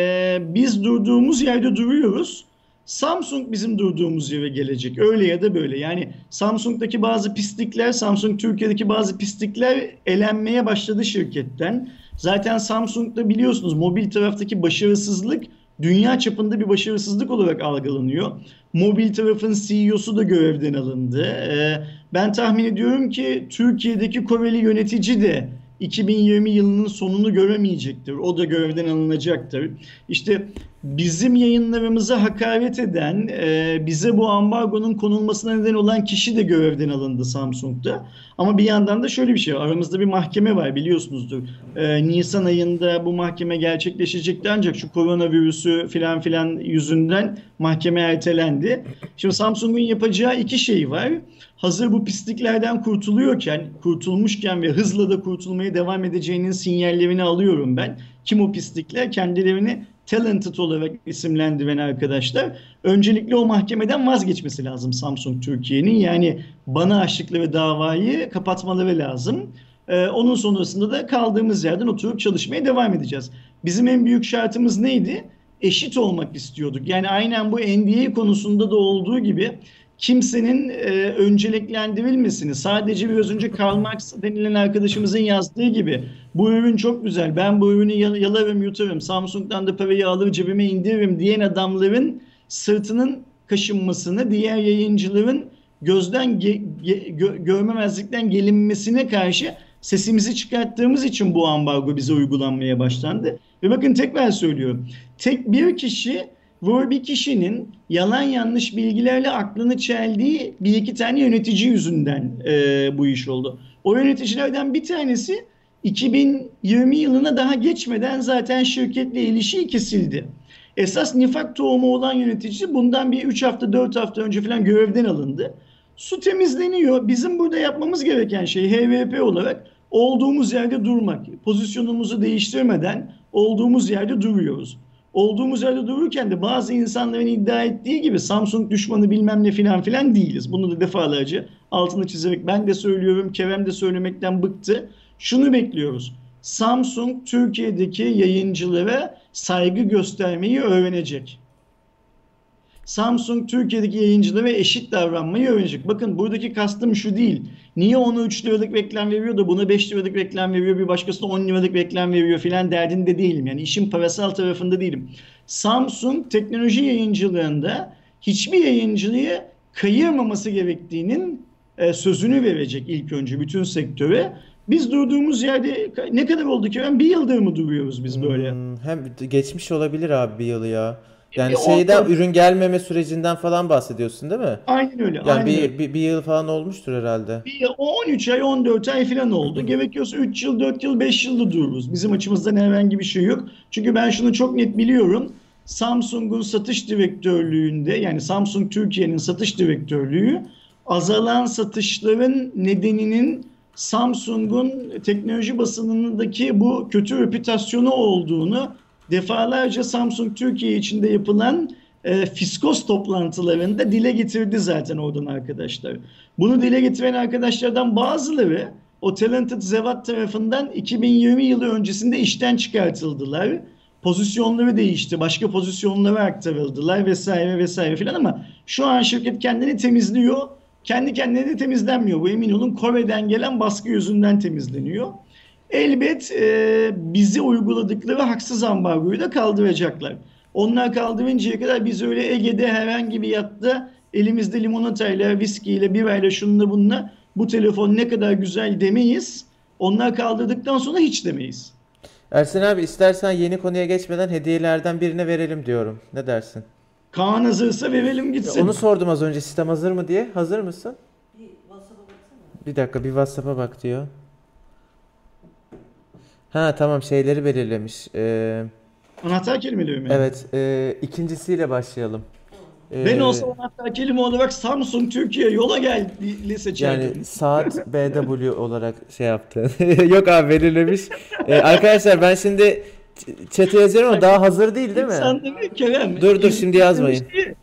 biz durduğumuz yerde duruyoruz. Samsung bizim durduğumuz yere gelecek. Öyle ya da böyle. Yani Samsung'daki bazı pislikler, Samsung Türkiye'deki bazı pislikler elenmeye başladı şirketten. Zaten Samsung'da biliyorsunuz mobil taraftaki başarısızlık dünya çapında bir başarısızlık olarak algılanıyor. Mobil tarafın CEO'su da görevden alındı. Ben tahmin ediyorum ki Türkiye'deki Koreli yönetici de 2020 yılının sonunu göremeyecektir. O da görevden alınacaktır. İşte bizim yayınlarımıza hakaret eden, bize bu ambargonun konulmasına neden olan kişi de görevden alındı Samsung'da. Ama bir yandan da şöyle bir şey var. Aramızda bir mahkeme var biliyorsunuzdur. Nisan ayında bu mahkeme gerçekleşecekti ancak şu koronavirüsü filan filan yüzünden mahkeme ertelendi. Şimdi Samsung'un yapacağı iki şey var. Hazır bu pisliklerden kurtulmuşken ve hızla da kurtulmaya devam edeceğinin sinyallerini alıyorum ben. Kim o pislikler? Kendilerini talented olarak isimlendiren arkadaşlar. Öncelikle o mahkemeden vazgeçmesi lazım Samsung Türkiye'nin. Yani bana açtıkları davayı kapatmaları lazım. Onun sonrasında da kaldığımız yerden oturup çalışmaya devam edeceğiz. Bizim en büyük şartımız neydi? Eşit olmak istiyorduk. Yani aynen bu NDA konusunda da olduğu gibi kimsenin önceliklendirilmesini sadece biraz önce Karl Marx denilen arkadaşımızın yazdığı gibi bu ürün çok güzel ben bu ürünü yalarım yutarım Samsung'dan da parayı alır cebime indiririm diyen adamların sırtının kaşınmasını diğer yayıncıların gözden görmemezlikten gelinmesine karşı sesimizi çıkarttığımız için bu ambargo bize uygulanmaya başlandı. Ve bakın tekrar söylüyorum tek bir kişi bir kişinin yalan yanlış bilgilerle aklını çeldiği bir iki tane yönetici yüzünden bu iş oldu. O yöneticilerden bir tanesi 2020 yılına daha geçmeden zaten şirketle ilişiği kesildi. Esas nifak tohumu olan yönetici bundan bir 3 hafta 4 hafta önce falan görevden alındı. Su temizleniyor. Bizim burada yapmamız gereken şey HVP olarak olduğumuz yerde durmak. Pozisyonumuzu değiştirmeden olduğumuz yerde duruyoruz. Olduğumuz yerde dururken de bazı insanların iddia ettiği gibi Samsung düşmanı bilmem ne filan filan değiliz. Bunu da defalarca altını çizerek ben de söylüyorum, Kerem de söylemekten bıktı. Şunu bekliyoruz. Samsung Türkiye'deki yayıncılara saygı göstermeyi öğrenecek. Samsung Türkiye'deki yayıncılara eşit davranmayı öğrenecek. Bakın buradaki kastım şu değil. Niye ona 3 liralık reklam veriyor da buna 5 liralık reklam veriyor, bir başkasına 10 liralık reklam veriyor filan derdinde değilim. Yani işin parasal tarafında değilim. Samsung teknoloji yayıncılığında hiçbir yayıncıya kayırmaması gerektiğinin sözünü verecek ilk önce bütün sektöre. Biz durduğumuz yerde ne kadar oldu ki? Bir yıldır mı duruyoruz biz böyle? Hem geçmiş olabilir abi bir yılı ya. Yani O, şeyden ürün gelmeme sürecinden falan bahsediyorsun değil mi? aynen öyle, Yani aynen öyle. bir yıl falan olmuştur herhalde. O 13 ay, 14 ay falan oldu. Gerekiyorsa 3 yıl, 4 yıl, 5 yılda dururuz. Bizim açımızdan herhangi bir şey yok. Çünkü ben şunu çok net biliyorum. Samsung'un satış direktörlüğünde, yani Samsung Türkiye'nin satış direktörlüğü, azalan satışların nedeninin Samsung'un teknoloji basınındaki bu kötü reputasyonu olduğunu defalarca Samsung Türkiye içinde yapılan fiskos toplantılarında dile getirdi zaten oradan arkadaşlar. Bunu dile getiren arkadaşlardan bazıları o Talented Zevat tarafından 2020 yılı öncesinde işten çıkartıldılar. Pozisyonları değişti, başka pozisyonlara aktarıldılar vesaire vesaire filan, ama şu an şirket kendini temizliyor. Kendi kendine de temizlenmiyor. Bu, emin olun, Kore'den gelen baskı yüzünden temizleniyor. Elbet bizi uyguladıkları haksız ambargoyu da kaldıracaklar. Onlar kaldırıncaya kadar biz öyle Ege'de herhangi bir yatta elimizde limonatayla, viskiyle, birayla, şununla bununla bu telefon ne kadar güzel demeyiz. Onlar kaldırdıktan sonra hiç demeyiz. Ersin abi istersen yeni konuya geçmeden hediyelerden birine verelim diyorum. Ne dersin? Kaan hazırsa verelim Onu gitsin. sordum az önce, sistem hazır mı diye. Hazır mısın? Bir dakika, bir WhatsApp'a bak diyor. Ha tamam, şeyleri belirlemiş. Anahtar kelimeleri mi? Evet, ikincisiyle başlayalım. Ben Ee, olsam anahtar kelime olarak Samsung Türkiye yola gel Yani seçerdim. saat BW olarak şey yaptı. Yok abi, belirlemiş. Arkadaşlar ben şimdi chat'e yazıyorum ama daha hazır değil değil mi? İnsan demek Kerem. Dur şimdi yazmayın. Demişti,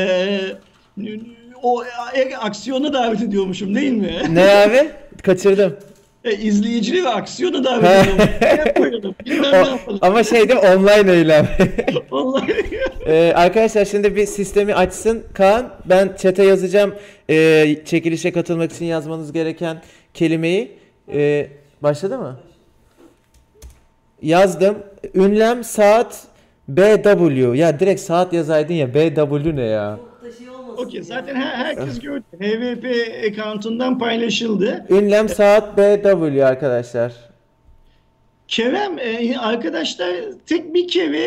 o aksiyona davet ediyormuşum değil mi? Ne abi? Kaçırdım. İzleyicileri aksiyona davet ediyormuş. Ne yapalım? Bilmem ne yapalım. Ama şey değil mi? Online eylem. Vallahi. Arkadaşlar şimdi bir sistemi açsın Kaan. Ben chat'e yazacağım çekilişe katılmak için yazmanız gereken kelimeyi. Başladı mı? Yazdım. Ünlem saat BW. Ya direkt saat yazaydın ya. BW ne ya? Çok da şey olmasın Okey, ya. zaten herkes gördü. HVP accountundan paylaşıldı. Ünlem saat BW arkadaşlar. Kerem, arkadaşlar tek bir kere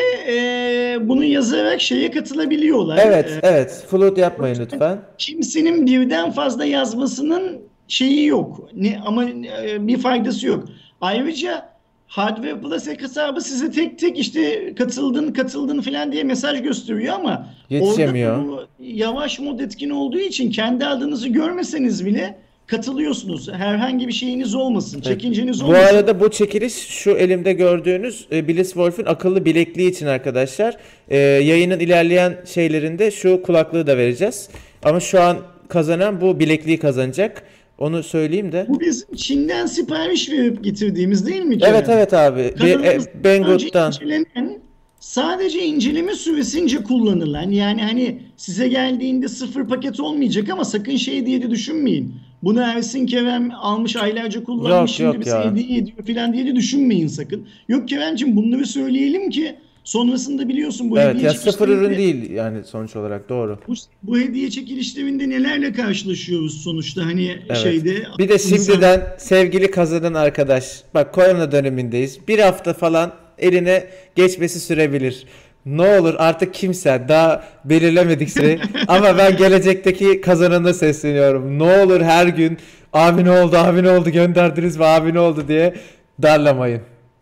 bunu yazarak şeye katılabiliyorlar. Evet. Float yapmayın lütfen. Kimsenin birden fazla yazmasının şeyi yok. Ama bir faydası yok. Ayrıca Hardware Plus hesabı size tek tek işte katıldın falan diye mesaj gösteriyor, ama Yetişemiyor. orada bu yavaş mod etkin olduğu için kendi adınızı görmeseniz bile katılıyorsunuz. Herhangi bir şeyiniz olmasın, Evet. çekinceniz Bu olmasın. arada bu çekiliş şu elimde gördüğünüz Blitzwolf'un akıllı bilekliği için arkadaşlar. Yayının ilerleyen şeylerinde şu kulaklığı da vereceğiz. Ama şu an kazanan bu bilekliği kazanacak. Onu söyleyeyim de. Bu bizim Çin'den sipariş verip getirdiğimiz değil mi Kerem? Evet abi. Kanalımızda önce Banggood'dan. incelenen, sadece inceleme süresince kullanılan, yani hani size geldiğinde sıfır paket olmayacak, ama sakın şey diye de düşünmeyin. Bunu Ersin Kerem almış, aylarca kullanmış, Yok şimdi bize ya. hediye ediyor falan diye de düşünmeyin sakın. Yok Kerem'cim, bunları söyleyelim ki sonrasında biliyorsun bu Evet hediye ya, sıfır ürün çekilişlerinde, değil yani sonuç olarak, doğru. bu hediye çekilişlerinde nelerle karşılaşıyoruz sonuçta, hani Evet. şeyde Bir de insan. şimdiden sevgili kazanan arkadaş, bak korona dönemindeyiz. Bir hafta falan eline geçmesi sürebilir. Ne olur artık kimse daha belirlemedik süreyi. Ama ben gelecekteki kazanana sesleniyorum. Ne olur her gün abi ne oldu gönderdiniz mi, abi ne oldu diye darlamayın.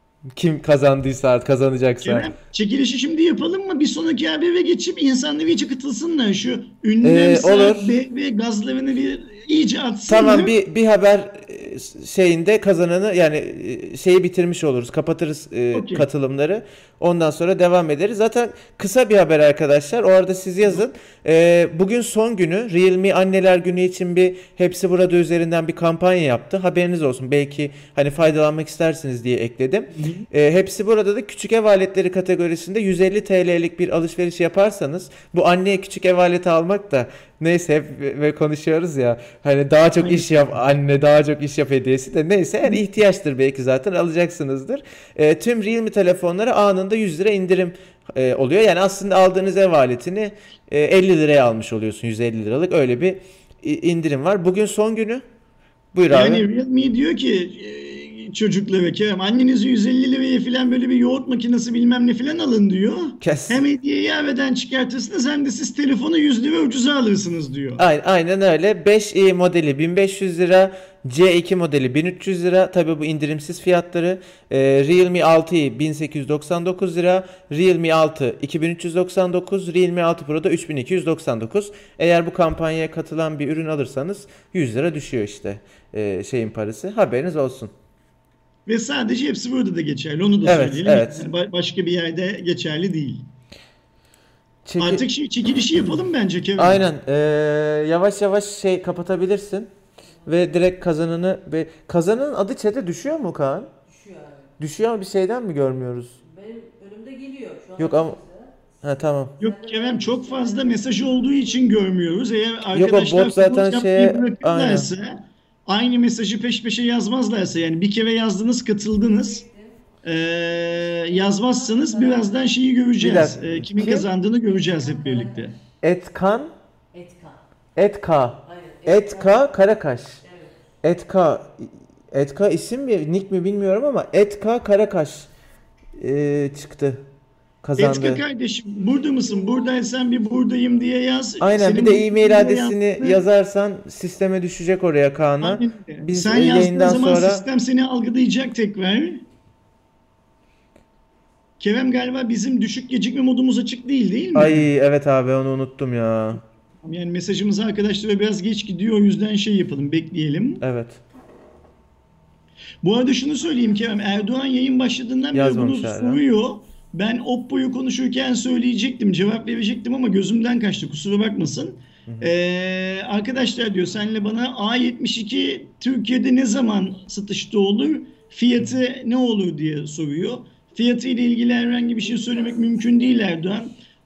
Kim kazandıysa artık, kazanacaksa. Kerem, çekilişi şimdi yapalım mı? Bir sonraki habere geçip insanlar iyice katılsınlar. Şu ünlem Olur. saat ve gazlarını bir iyice atsınlar. Tamam, bir haber şeyinde kazananı, yani şeyi bitirmiş oluruz. Kapatırız Okey. katılımları. Ondan sonra devam ederiz. Zaten kısa bir haber arkadaşlar. Orada siz yazın. Bugün son günü. Realme Anneler Günü için bir Hepsi Burada üzerinden bir kampanya yaptı. Haberiniz olsun. Belki hani faydalanmak istersiniz diye ekledim. Hepsi Burada da küçük ev aletleri kategorisinde 150 TL'lik bir alışveriş yaparsanız, bu anneye küçük ev aleti almak da neyse, hep ve konuşuyoruz ya, hani daha çok iş yap anne, daha çok iş yap hediyesi de, neyse yani ihtiyaçtır, belki zaten alacaksınızdır. Tüm Realme telefonlara anında 100 lira indirim oluyor. Yani aslında aldığınız ev aletini 50 liraya almış oluyorsun. 150 liralık öyle bir indirim var. Bugün son günü. Buyur abi. Yani Realme diyor ki çocuklara Kerem annenize 150 liraya falan böyle bir yoğurt makinesi bilmem ne falan alın diyor. Kes. Hem hediyeyi evden çıkartırsınız hem de siz telefonu 100 lira ucuza alırsınız diyor. Aynen öyle. 5i modeli 1500 lira, C2 modeli 1300 lira. Tabii bu indirimsiz fiyatları. Realme 6i 1899 lira, Realme 6 2399, Realme 6 Pro da 3299. Eğer bu kampanyaya katılan bir ürün alırsanız 100 lira düşüyor işte şeyin parası. Haberiniz olsun. Ve sadece hepsi burada da geçerli. Onu da Evet, söyleyelim. evet. Yani başka bir yerde geçerli değil. Çeki... Artık çekilişi yapalım bence Kerem. Aynen. Yavaş yavaş kapatabilirsin ve direkt kazananın adı chat'e düşüyor mu Kaan? Düşüyor abi. Düşüyor ama bir şeyden mi görmüyoruz? Benim önümde geliyor şu an. Yok ama tamam. Yok Kerem çok fazla mesaj olduğu için görmüyoruz. Eğer Yok o arkadaşlar bot zaten float yapmayı aynen. bırakırlarsa aynı mesajı peş peşe yazmazlarsa yani bir kere yazdınız katıldınız yazmazsanız birazdan şeyi göreceğiz. Kimin Kim? kazandığını göreceğiz hep birlikte. Etkan Etka. Etka Hayır. Etka Karakaş. Evet. Etka isim mi nick mi bilmiyorum ama Etka Karakaş çıktı. Kazandı. Etka kardeşim burada mısın? Buradaysan bir buradayım diye yaz. Aynen Senin bir de e-mail bu adresini yaptığın- yazarsan sisteme düşecek oraya Kaan'a. Aynen öyle. Biz Sen yazdığın yayından zaman sonra sistem seni algılayacak tekrar. Kerem galiba bizim düşük gecikme modumuz açık değil mi? ay evet abi onu unuttum ya. Yani mesajımız arkadaşlara biraz geç gidiyor o yüzden şey yapalım bekleyelim. Evet. Bu arada şunu söyleyeyim Kerem Erdoğan yayın başladığından beri bunu Yazmamış hala. soruyor. Ben Oppo'yu konuşurken söyleyecektim cevap verecektim ama gözümden kaçtı kusura bakmasın. Arkadaşlar diyor senle bana A72 Türkiye'de ne zaman satışta olur fiyatı ne olur diye soruyor. Fiyatı ile ilgili herhangi bir şey söylemek mümkün değil Erdoğan.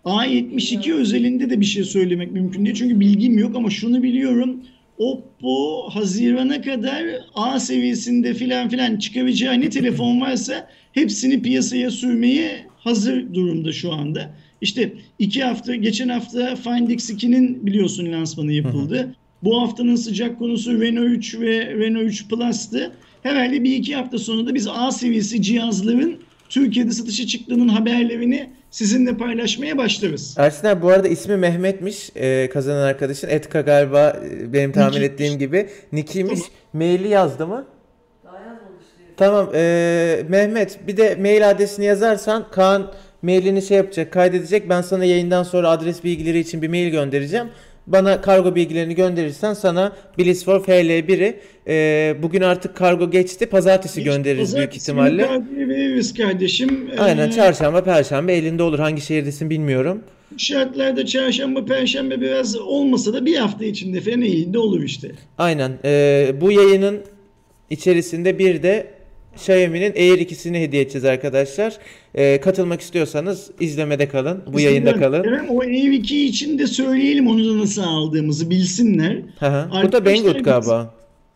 A72 özelinde de bir şey söylemek mümkün değil. Çünkü bilgim yok ama şunu biliyorum. Oppo Haziran'a kadar A seviyesinde filan filan çıkaracağı ne telefon varsa hepsini piyasaya sürmeye hazır durumda şu anda. İşte geçen hafta Find X2'nin biliyorsun lansmanı yapıldı. Bu haftanın sıcak konusu Renault 3 ve Renault 3 Plus'tı. Herhalde bir iki hafta sonra da biz A seviyesi cihazların Türkiye'de satışa çıktığının haberlerini sizinle paylaşmaya başlarız. Ersin abi bu arada ismi Mehmet'miş kazanan arkadaşın. Etka galiba benim tahmin Nick'iymiş. ettiğim gibi. Nick'iymiş. Tamam. Maili yazdı mı? Daha yazmamıştı. Tamam Mehmet bir de mail adresini yazarsan Kaan mailini yapacak kaydedecek. Ben sana yayından sonra adres bilgileri için bir mail göndereceğim. Bana kargo bilgilerini gönderirsen sana Blitzfor FL1'i bugün artık kargo geçti. Pazartesi göndeririz büyük ihtimalle. Pazartesi veririz kardeşim. Aynen çarşamba perşembe elinde olur. Hangi şehirdesin bilmiyorum. Şartlarda çarşamba perşembe biraz olmasa da bir hafta içinde falan elinde olur işte. Aynen. Bu yayının içerisinde bir de Xiaomi'nin Air 2'sini hediye edeceğiz arkadaşlar. Katılmak istiyorsanız izlemede kalın. Bu yayında kalın. Kerem, o Air 2 için de söyleyelim onu da nasıl aldığımızı bilsinler. Bu da Arkadaşlar Banggood galiba.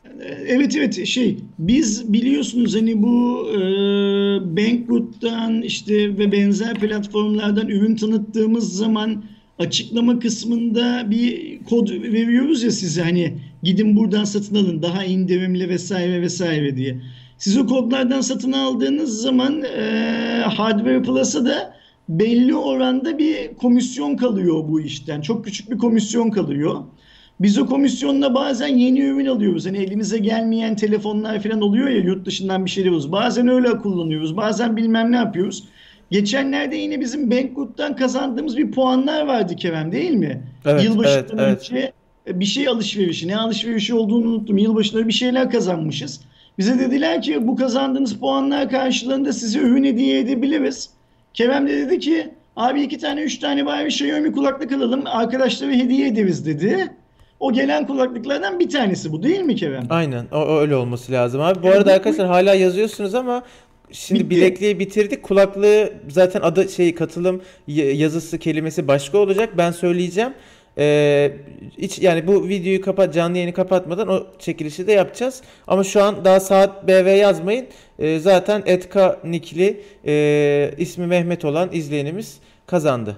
Evet biz biliyorsunuz hani bu Banggood'dan işte ve benzer platformlardan ürün tanıttığımız zaman açıklama kısmında bir kod veriyoruz ya size hani gidin buradan satın alın daha indirimli vesaire vesaire diye. Siz o kodlardan satın aldığınız zaman Hardware Plus'a da belli oranda bir komisyon kalıyor bu işten. Çok küçük bir komisyon kalıyor. Biz o komisyonla bazen yeni ürün alıyoruz. Hani elimize gelmeyen telefonlar falan oluyor ya yurt dışından bir şey alıyoruz. Bazen öyle kullanıyoruz. Bazen bilmem ne yapıyoruz. Geçenlerde yine bizim Banggood'dan kazandığımız bir puanlar vardı Kerem değil mi? Evet, Yılbaşından evet. önce bir şey alışverişi. Ne alışverişi olduğunu unuttum. Yılbaşında bir şeyler kazanmışız. Bize dediler ki bu kazandığınız puanlar karşılığında size ürün hediye edebiliriz. Kerem de dedi ki abi 2 tane 3 tane bari Xiaomi kulaklık alalım arkadaşlara hediye ederiz dedi. O gelen kulaklıklardan bir tanesi bu değil mi Kerem? Aynen. O öyle olması lazım abi. Bu Yani arada arkadaşlar hala yazıyorsunuz ama şimdi Bitti. bilekliği bitirdik. Kulaklığı zaten adı katılım yazısı kelimesi başka olacak. Ben söyleyeceğim. Yani bu videoyu canlı yayını kapatmadan o çekilişi de yapacağız. Ama şu an daha saat BV yazmayın. Zaten Etka Nikli ismi Mehmet olan izleyenimiz kazandı.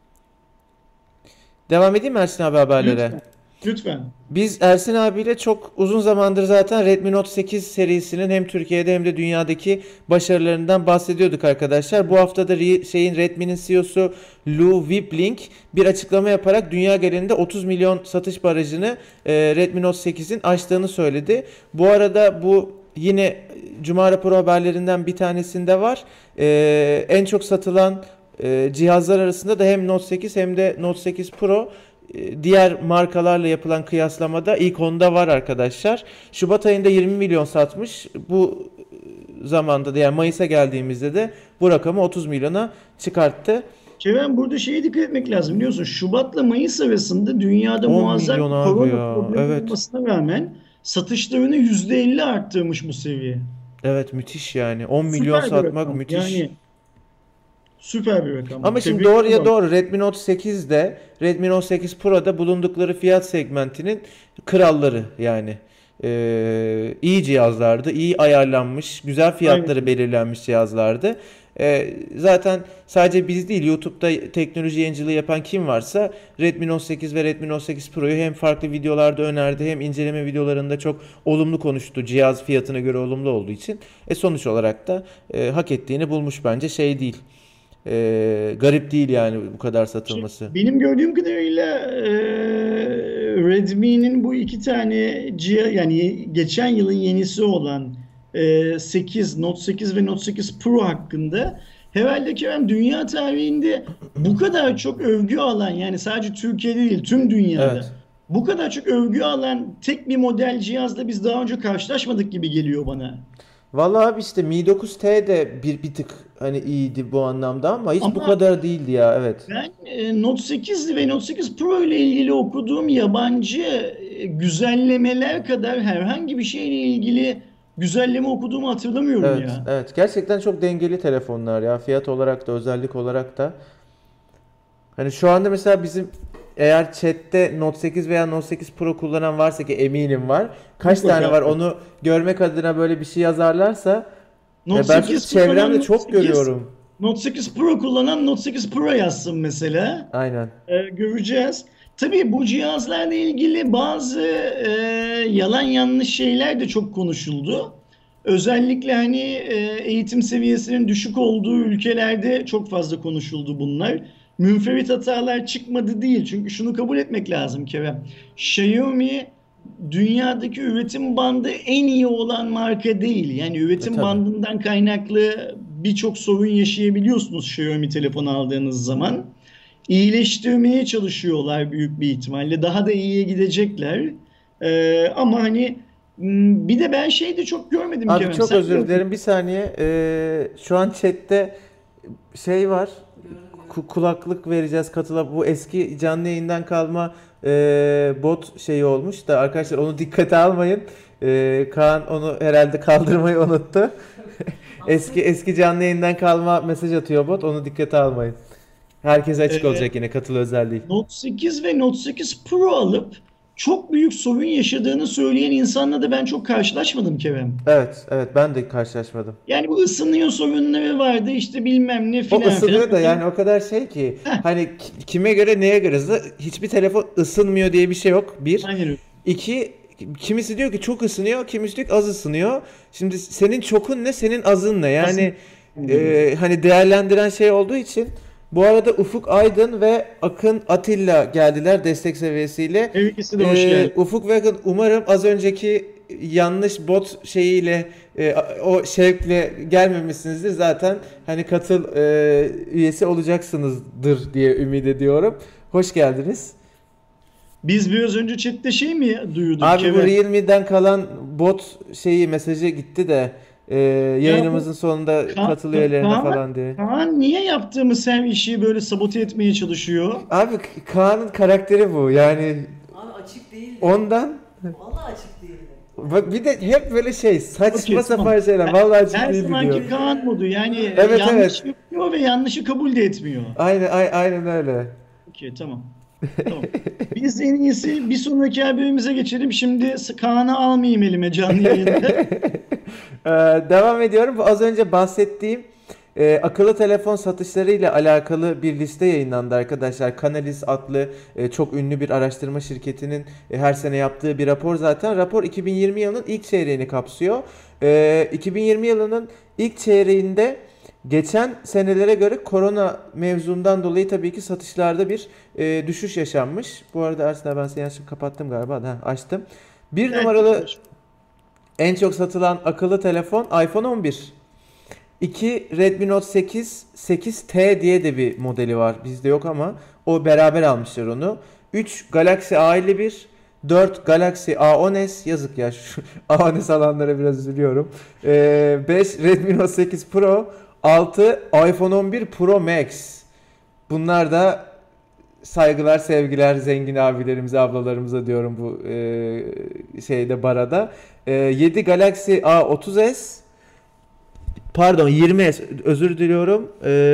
Devam edeyim mi Ersin abi haberlere? Lütfen. Lütfen. Biz Ersin abiyle çok uzun zamandır zaten Redmi Note 8 serisinin hem Türkiye'de hem de dünyadaki başarılarından bahsediyorduk arkadaşlar. Bu hafta da Redmi'nin CEO'su Lou Wibling bir açıklama yaparak dünya genelinde 30 milyon satış barajını Redmi Note 8'in aştığını söyledi. Bu arada bu yine Cuma raporu haberlerinden bir tanesinde var. En çok satılan cihazlar arasında da hem Note 8 hem de Note 8 Pro diğer markalarla yapılan kıyaslamada ilk 10'da var arkadaşlar. Şubat ayında 20 milyon satmış. Bu zamanda da yani Mayıs'a geldiğimizde de bu rakamı 30 milyona çıkarttı. Kerem, burada şeye dikkat etmek lazım, biliyorsun. Şubat'la Mayıs arasında dünyada 10 muazzam milyon abi korona ya. problemi Evet. olmasına rağmen satışlarını %50 arttırmış bu seviye. Evet, müthiş yani. 10 milyon Süper bir satmak rakam. müthiş. Yani süper bir rakam. Ama şimdi Tebrik doğruya ederim. doğru Redmi Note 8'de Redmi Note 8 Pro'da bulundukları fiyat segmentinin kralları yani. İyi cihazlardı, iyi ayarlanmış, güzel fiyatları Aynen. belirlenmiş cihazlardı. Zaten sadece biz değil, YouTube'da teknoloji yayıncılığı yapan kim varsa Redmi Note 8 ve Redmi Note 8 Pro'yu hem farklı videolarda önerdi hem inceleme videolarında çok olumlu konuştu. Cihaz fiyatına göre olumlu olduğu için. Sonuç olarak da hak ettiğini bulmuş bence, şey değil. Garip değil yani bu kadar satılması. Benim gördüğüm kadarıyla Redmi'nin bu iki tane cihaz, yani geçen yılın yenisi olan 8, Note 8 ve Note 8 Pro hakkında herhalde Kerem, dünya tarihinde bu kadar çok övgü alan, yani sadece Türkiye'de değil tüm dünyada Evet. bu kadar çok övgü alan tek bir model cihazla biz daha önce karşılaşmadık gibi geliyor bana. Vallahi abi işte Mi 9T de bir tık hani iyiydi bu anlamda ama hiç bu Ama kadar değildi ya, evet. ben Note 8 ve Note 8 Pro ile ilgili okuduğum yabancı güzellemeler kadar herhangi bir şeyle ilgili güzelleme okuduğumu hatırlamıyorum Evet, ya. evet. Gerçekten çok dengeli telefonlar ya. Fiyat olarak da özellik olarak da. Hani şu anda mesela bizim eğer chatte Note 8 veya Note 8 Pro kullanan varsa, ki eminim var. Kaç tane Mutlaka. var onu görmek adına böyle bir şey yazarlarsa Note ben 8 çevremde kullanan çok görüyorum. Note 8 Pro kullanan Note 8 Pro yazsın mesela. Aynen. Göreceğiz. Tabii bu cihazlarla ilgili bazı yalan yanlış şeyler de çok konuşuldu. Özellikle hani eğitim seviyesinin düşük olduğu ülkelerde çok fazla konuşuldu bunlar. Münferit hatalar çıkmadı değil. Çünkü şunu kabul etmek lazım Kerem. Xiaomi dünyadaki üretim bandı en iyi olan marka değil. Yani üretim Tabii. bandından kaynaklı birçok sorun yaşayabiliyorsunuz Xiaomi telefonu aldığınız zaman. İyileştirmeye çalışıyorlar büyük bir ihtimalle. Daha da iyiye gidecekler. Ama hani bir de ben şey de çok görmedim Abi Kerem. çok Sen özür gördün. dilerim, bir saniye. Şu an chatte şey var. Kulaklık vereceğiz katıla. Bu eski canlı yayından kalma bot şeyi olmuş da arkadaşlar, onu dikkate almayın. Kaan onu herhalde kaldırmayı unuttu. Eski canlı yayından kalma mesaj atıyor bot. Onu dikkate almayın. Herkese açık Ee, olacak yine, katıl özel değil. Note 8 ve Note 8 Pro alıp çok büyük sorun yaşadığını söyleyen insanla da ben çok karşılaşmadım Kerem. Evet, evet, ben de karşılaşmadım. Yani bu ısınıyor sorunları vardı, işte bilmem ne O filan ısınıyor da filan. yani o kadar şey ki Heh, hani kime göre neye göre hiçbir telefon ısınmıyor diye bir şey yok. Bir. aynen öyle. İki, kimisi diyor ki çok ısınıyor, kimisi diyor ki az ısınıyor. Şimdi senin çokun ne, senin azın ne? Yani hani değerlendiren şey olduğu için. Bu arada Ufuk Aydın ve Akın Atilla geldiler destek seviyesiyle. Her ikisi de hoş geldi. Ufuk ve Akın, umarım az önceki yanlış bot şeyiyle o şevkle gelmemişsinizdir. Zaten hani katıl üyesi olacaksınızdır diye ümit ediyorum. Hoş geldiniz. Biz biraz önce chatte şey mi duyurduk Abi bu Kerem? Realme'den kalan bot şeyi mesajı gitti de yayınımızın sonunda katıl üyelerine falan diye. Kaan niye yaptığımız her işi böyle sabote etmeye çalışıyor? Abi Kaan'ın karakteri bu. Yani Abi açık değildi. ondan Vallahi açık değildi. bak, bir de hep böyle şey saçma Okey, sapan tamam. şeyler. Vallahi Her ciddi zamanki diyor. Kaan modu, yani Evet, yanlış yapıyor ve yanlışı kabul de etmiyor. Aynen öyle. Okey, tamam. Tamam. Biz en iyisi bir sonraki haberimize geçelim. Şimdi Kaan'ı almayayım elime canlı yayında. Devam ediyorum. Bu az önce bahsettiğim Akıllı telefon satışları ile alakalı bir liste yayınlandı arkadaşlar. Canalys adlı çok ünlü bir araştırma şirketinin her sene yaptığı bir rapor zaten. Rapor 2020 yılının ilk çeyreğini kapsıyor. 2020 yılının ilk çeyreğinde geçen senelere göre korona mevzundan dolayı tabii ki satışlarda bir düşüş yaşanmış. Bu arada Ersin abi, ben seni yanlışlıkla kapattım galiba. Ha, açtım. Bir Evet, numaralı en çok satılan akıllı telefon iPhone 11. 2 Redmi Note 8, 8T diye de bir modeli var. Bizde yok ama o beraber almışlar onu. 3 Galaxy A51, 4 Galaxy A10s, yazık ya şu A10s alanlara biraz üzülüyorum. 5 Redmi Note 8 Pro, 6 iPhone 11 Pro Max. Bunlar da saygılar, sevgiler zengin abilerimize, ablalarımıza diyorum bu şeyde, barada. 7 Galaxy A30s, pardon 20s, özür diliyorum.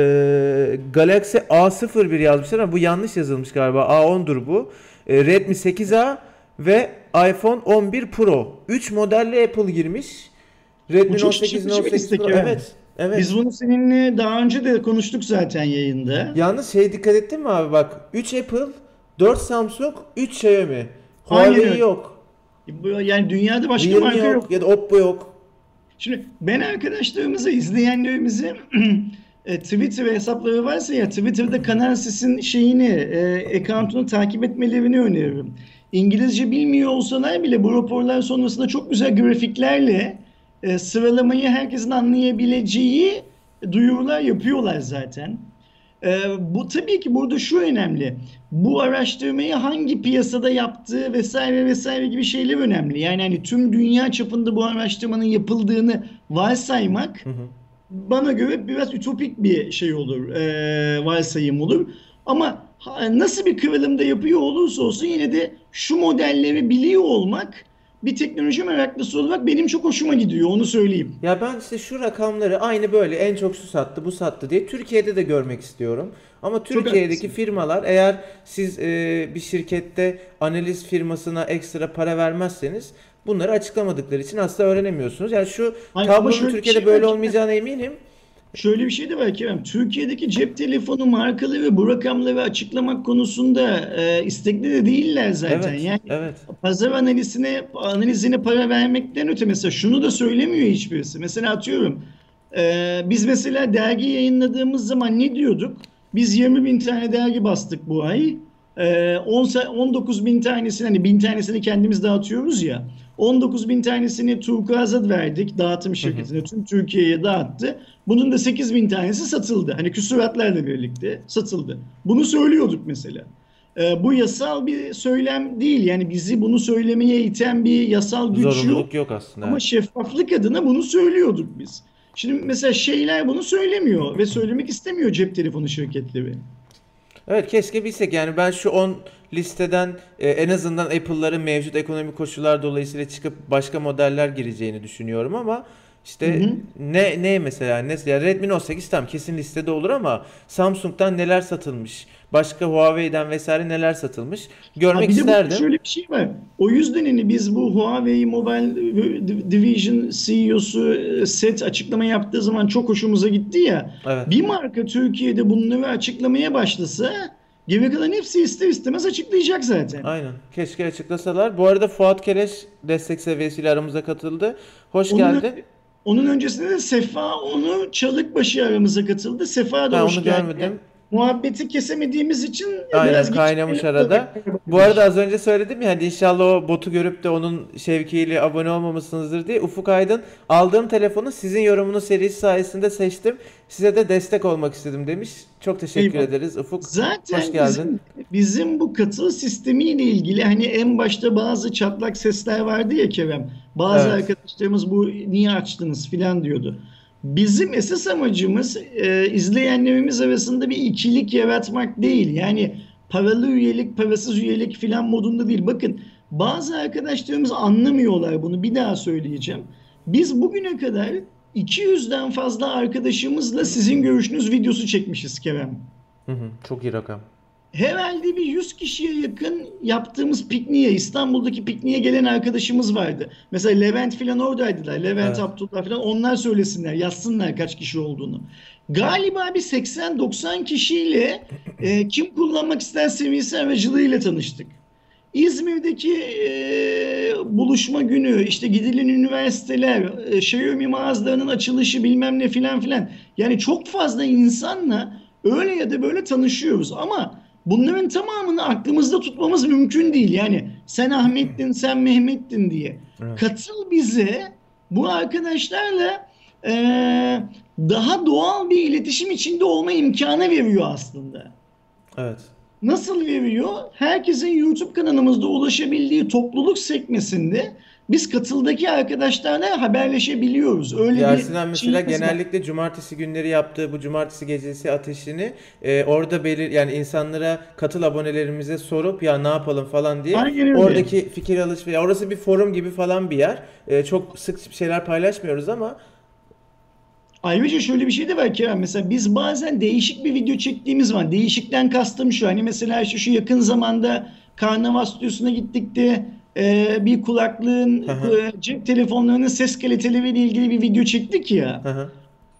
Galaxy A01 yazmışlar ama bu yanlış yazılmış galiba. A10'dur bu. Redmi 8A ve iPhone 11 Pro. 3 modelle Apple girmiş. Redmi Bu çok Note 8, şaşırtıcı Note bir 8 liste Pro. Kerem. Evet. Evet. Biz bunu seninle daha önce de konuştuk zaten yayında. Yalnız dikkat ettin mi abi, bak 3 Apple, 4 Samsung, 3 Xiaomi. Aynen Huawei öyle. yok. Yani dünyada başka Realme marka yok yok. ya da Oppo yok. Şimdi ben arkadaşlarımıza, izleyenlerimize Twitter hesapları varsa ya, Twitter'da Canalys'in account'unu takip etmelerini öneririm. İngilizce bilmiyor olsalar bile bu raporlar sonrasında çok güzel grafiklerle sıralamayı herkesin anlayabileceği duyurular yapıyorlar zaten. Bu tabii ki burada şu önemli. Bu araştırmayı hangi piyasada yaptığı vesaire vesaire gibi şeyler önemli. Yani hani tüm dünya çapında bu araştırmanın yapıldığını varsaymak bana göre biraz ütopik bir şey olur, varsayım olur. Ama nasıl bir kıvılımda yapıyor olursa olsun yine de şu modelleri biliyor olmak, bir teknoloji meraklısı olarak benim çok hoşuma gidiyor, onu söyleyeyim. Ya ben işte şu rakamları aynı böyle en çok şu sattı, bu sattı diye Türkiye'de de görmek istiyorum. Ama Türkiye'deki haklısın. firmalar, eğer siz bir şirkette analiz firmasına ekstra para vermezseniz bunları açıklamadıkları için asla öğrenemiyorsunuz. Yani şu Hayır, ama tablonun şöyle bir Türkiye'de şey böyle var ki, olmayacağına eminim. şöyle bir şey de var Kerem. Türkiye'deki cep telefonu markaları bu rakamları açıklamak konusunda istekli de değiller zaten. Evet, Yani evet. pazar analizine para vermekten öte mesela şunu da söylemiyor hiçbirisi. Mesela atıyorum, biz mesela dergi yayınladığımız zaman ne diyorduk? Biz 20 bin tane dergi bastık bu ay. 19 bin tanesini, hani 1000 tanesini kendimiz dağıtıyoruz ya. 19 bin tanesini Turkuaz'a verdik, dağıtım şirketine. Tüm Türkiye'ye dağıttı. Bunun da 8 bin tanesi satıldı. Hani küsuratlarla birlikte satıldı. Bunu söylüyorduk mesela. Bu yasal bir söylem değil. Yani bizi bunu söylemeye iten bir yasal güç yok. Zorunluluk yok aslında. Ama Evet. şeffaflık adına bunu söylüyorduk biz. Şimdi mesela şeyler bunu söylemiyor ve söylemek istemiyor cep telefonu şirketleri. Evet, keşke bilsek. Yani ben şu 10 listeden en azından Apple'ların mevcut ekonomik koşullar dolayısıyla çıkıp başka modeller gireceğini düşünüyorum ama işte ne mesela, ya Redmi Note 8 tam kesin listede olur ama Samsung'dan neler satılmış, başka Huawei'den vesaire neler satılmış görmek Bir de burada isterdim. şöyle bir şey var. O yüzden hani biz bu Huawei Mobile Division CEO'su Set açıklama yaptığı zaman çok hoşumuza gitti ya. Evet. Bir marka Türkiye'de bunları açıklamaya başlasa geri kalan hepsi ister istemez açıklayacak zaten. Aynen. Keşke açıklasalar. Bu arada Fuat Keleş destek seviyesiyle aramıza katıldı. Hoş Onun, geldin. onun öncesinde de Sefa Çalıkbaşı aramıza katıldı. Sefa da Ben hoş onu geldi. görmedim. Muhabbeti kesemediğimiz için Aynen, biraz kaynamış geçmeye arada. Bu arada az önce söyledim ya, hadi inşallah o botu görüp de onun şevkiyle abone olmamışsınızdır diye. Ufuk Aydın, aldığım telefonu sizin yorumunuz serisi sayesinde seçtim. Size de destek olmak istedim demiş. Çok teşekkür Eyvallah. ederiz Ufuk. Zaten Hoş geldin. bizim bu katıl sistemiyle ilgili hani en başta bazı çatlak sesler vardı ya Kerem. Bazı Evet. arkadaşlarımız bu niye açtınız filan diyordu. Bizim esas amacımız izleyenlerimiz arasında bir ikilik yaratmak değil. Yani paralı üyelik, parasız üyelik filan modunda değil. Bakın, bazı arkadaşlarımız anlamıyorlar bunu. Bir daha söyleyeceğim. Biz bugüne kadar 200'den fazla arkadaşımızla sizin görüşünüz videosu çekmişiz Kerem. Hı hı, çok iyi rakam. Herhalde bir 100 kişiye yakın yaptığımız pikniğe, İstanbul'daki pikniğe gelen arkadaşımız vardı. Mesela Levent filan oradaydılar. Levent, Evet. Abdullah filan, onlar söylesinler, yazsınlar kaç kişi olduğunu. Galiba bir 80-90 kişiyle kim kullanmak ister seviyesi aracılığıyla tanıştık. İzmir'deki buluşma günü, işte gidilen üniversiteler, Xiaomi mağazalarının açılışı bilmem ne filan filan. Yani çok fazla insanla öyle ya da böyle tanışıyoruz ama bunların tamamını aklımızda tutmamız mümkün değil. Yani sen Ahmet'tin, sen Mehmet'tin diye. Evet. Katıl bize bu arkadaşlarla e, daha doğal bir iletişim içinde olma imkanı veriyor aslında. Evet. Nasıl veriyor? Herkesin YouTube kanalımızda ulaşabildiği topluluk sekmesinde biz katıldaki arkadaşlarla haberleşebiliyoruz. Öyle Yasin bir abi mesela şeyimiz var. genellikle cumartesi günleri yaptığı bu cumartesi gecesi ateşini orada yani insanlara katıl abonelerimize sorup ya ne yapalım falan diye Aynen öyle. oradaki fikir alışverişi. Orası bir forum gibi falan bir yer. Çok sık şeyler paylaşmıyoruz ama Ayrıca şöyle bir şey de var Kerem. Mesela biz bazen değişik bir video çektiğimiz zaman, değişikten kastım şu. Hani mesela şu yakın zamanda Karnaval Stüdyosu'na gittik de bir kulaklığın, hı hı, cep telefonlarının ses kaliteleriyle ilgili bir video çektik ya. hı hı,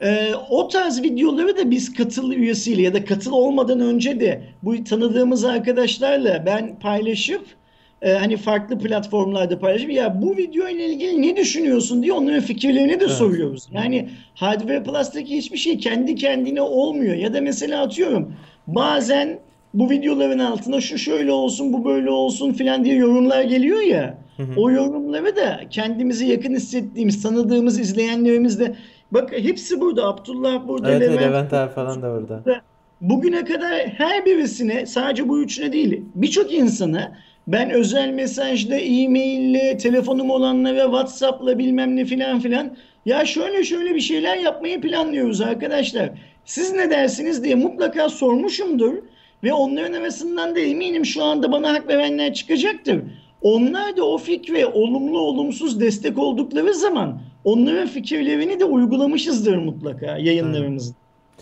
O tarz videoları da biz katıl üyesiyle ya da katıl olmadan önce de bu tanıdığımız arkadaşlarla ben paylaşıp hani farklı platformlarda paylaşıp ya bu video ile ilgili ne düşünüyorsun diye onların fikirlerini de evet, soruyoruz. Yani Hardware Plus'taki hiçbir şey kendi kendine olmuyor. Ya da mesela atıyorum bazen bu videoların altına şu şöyle olsun bu böyle olsun filan diye yorumlar geliyor ya. hı hı. O yorumları da kendimizi yakın hissettiğimiz, tanıdığımız izleyenlerimiz de bak hepsi burada. Abdullah burada, Evet, evet, Levent Levent abi falan da orada. burada. Bugüne kadar her birisine sadece bu üçüne değil birçok insana ben özel mesajla, e-maille, telefonum olanlara, WhatsApp'la bilmem ne filan filan ya şöyle şöyle bir şeyler yapmayı planlıyoruz arkadaşlar. Siz ne dersiniz diye mutlaka sormuşumdur ve onların arasından da eminim şu anda bana hak verenler çıkacaktır. Onlar da o fikre olumlu olumsuz destek oldukları zaman onların fikirlerini de uygulamışızdır mutlaka Evet. yayınlarımızda.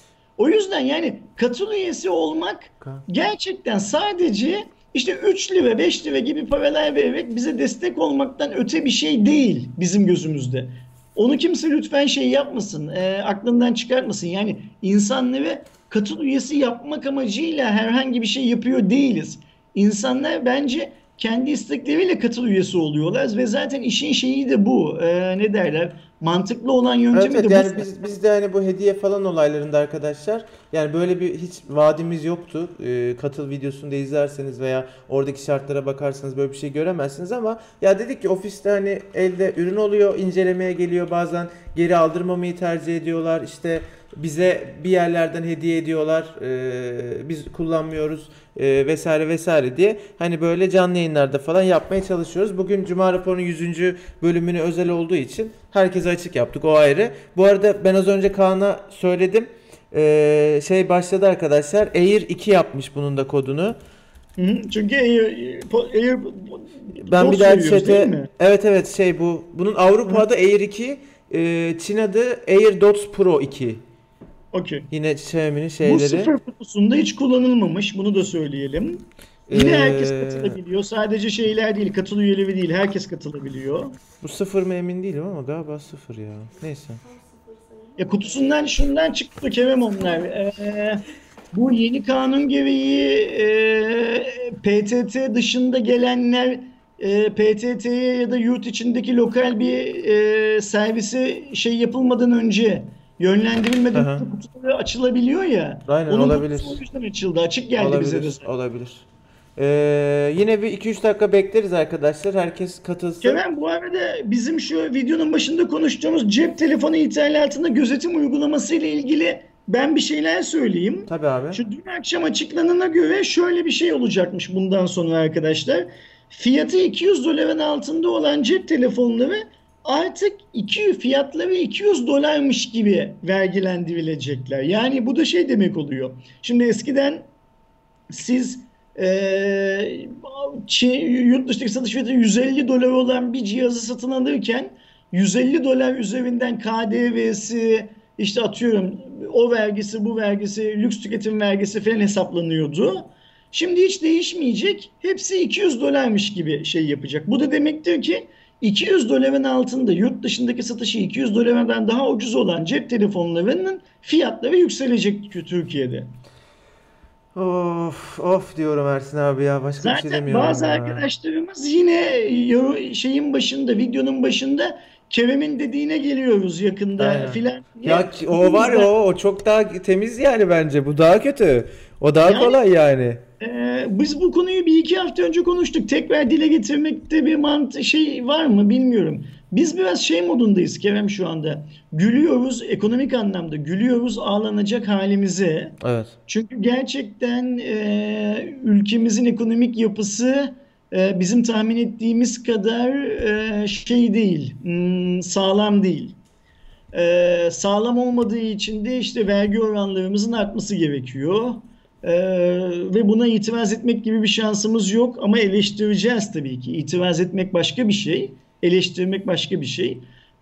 O yüzden yani katıl üyesi olmak gerçekten sadece işte 3 lira 5 lira gibi paralar vererek bize destek olmaktan öte bir şey değil bizim gözümüzde. Onu kimse lütfen şey yapmasın, aklından çıkartmasın. Yani insanları katıl üyesi yapmak amacıyla herhangi bir şey yapıyor değiliz. İnsanlar bence kendi istekleriyle katıl üyesi oluyorlar ve zaten işin şeyi de bu. Ne derler? Mantıklı olan Evet, yöntemi evet, de bu. yani biz de hani bu hediye falan olaylarında arkadaşlar yani böyle bir hiç vaadimiz yoktu. Katıl videosunu da izlerseniz veya oradaki şartlara bakarsanız böyle bir şey göremezsiniz ama ya dedik ki ofiste hani elde ürün oluyor, incelemeye geliyor, bazen geri aldırmamayı tercih ediyorlar, işte bize bir yerlerden hediye ediyorlar, biz kullanmıyoruz vesaire vesaire diye hani böyle canlı yayınlarda falan yapmaya çalışıyoruz. Bugün Cuma Raporu'nun 100. bölümünü özel olduğu için herkese açık yaptık, o ayrı. Bu arada ben az önce Kaan'a söyledim. Şey başladı arkadaşlar. Air 2 yapmış bunun da kodunu. Hı hı. Çünkü Air Ben bir dost daha veriyoruz değil chat'e mi? evet şey bunun Avrupa'da Air 2, Çin adı Air Dots Pro 2. Okey. Yine Xiaomi'nin Bu şeyleri. sıfır kutusunda hiç kullanılmamış. Bunu da söyleyelim. Yine herkes Ee, katılabiliyor. Sadece şeyler değil, katıl üyeleri değil. Herkes katılabiliyor. Bu sıfır mı emin değilim ama galiba sıfır ya. Neyse. Ya kutusundan şundan çıktı Kerem onlar. Bu yeni kanun gereği PTT dışında gelenler PTT'ye ya da yurt içindeki lokal bir servise şey yapılmadan önce yönlendirilmeden Aha. önce kutuları açılabiliyor ya. Aynen, Onun olabilir. kutusu o yüzden açıldı. Açık geldi bize de. Olabilir. Yine bir 2-3 dakika bekleriz arkadaşlar. Herkes katılsın. Kerem bu arada bizim şu videonun başında konuştuğumuz cep telefonu ithalatında gözetim uygulaması ile ilgili ben bir şeyler söyleyeyim. Tabii abi. Şu dün akşam açıklanana göre şöyle bir şey olacakmış bundan sonra arkadaşlar. Fiyatı 200 doların altında olan cep telefonları artık fiyatları 200 dolarmış gibi vergilendirilecekler. Yani bu da şey demek oluyor. Şimdi eskiden siz yurt dışındaki satış fiyatı 150 dolar olan bir cihazı satın alırken 150 dolar üzerinden KDV'si işte atıyorum o vergisi bu vergisi lüks tüketim vergisi falan hesaplanıyordu. Şimdi hiç değişmeyecek. Hepsi 200 dolarmış gibi şey yapacak. Bu da demektir ki $200'ın altında yurt dışındaki satışı $200'dan daha ucuz olan cep telefonlarının fiyatları yükselecek Türkiye'de. Of of diyorum Ersin abi ya. Başka bir şey Zaten demiyorum bazı ya. arkadaşlarımız yine şeyin başında, videonun başında Kerem'in dediğine geliyoruz yakında Aynen. filan diye. Ya o var ya Bizden o çok daha temiz yani bence. Bu daha kötü. O daha yani kolay yani. biz bu konuyu bir iki hafta önce konuştuk. Tekrar dile getirmekte bir şey var mı bilmiyorum. Biz biraz şey modundayız Kerem şu anda. Gülüyoruz, ekonomik anlamda gülüyoruz ağlanacak halimize. Evet. Çünkü gerçekten ülkemizin ekonomik yapısı bizim tahmin ettiğimiz kadar şey değil, sağlam değil. Sağlam olmadığı için de işte vergi oranlarımızın artması gerekiyor. Ee, Ve buna itiraz etmek gibi bir şansımız yok ama eleştireceğiz tabii ki. İtiraz etmek başka bir şey, eleştirmek başka bir şey.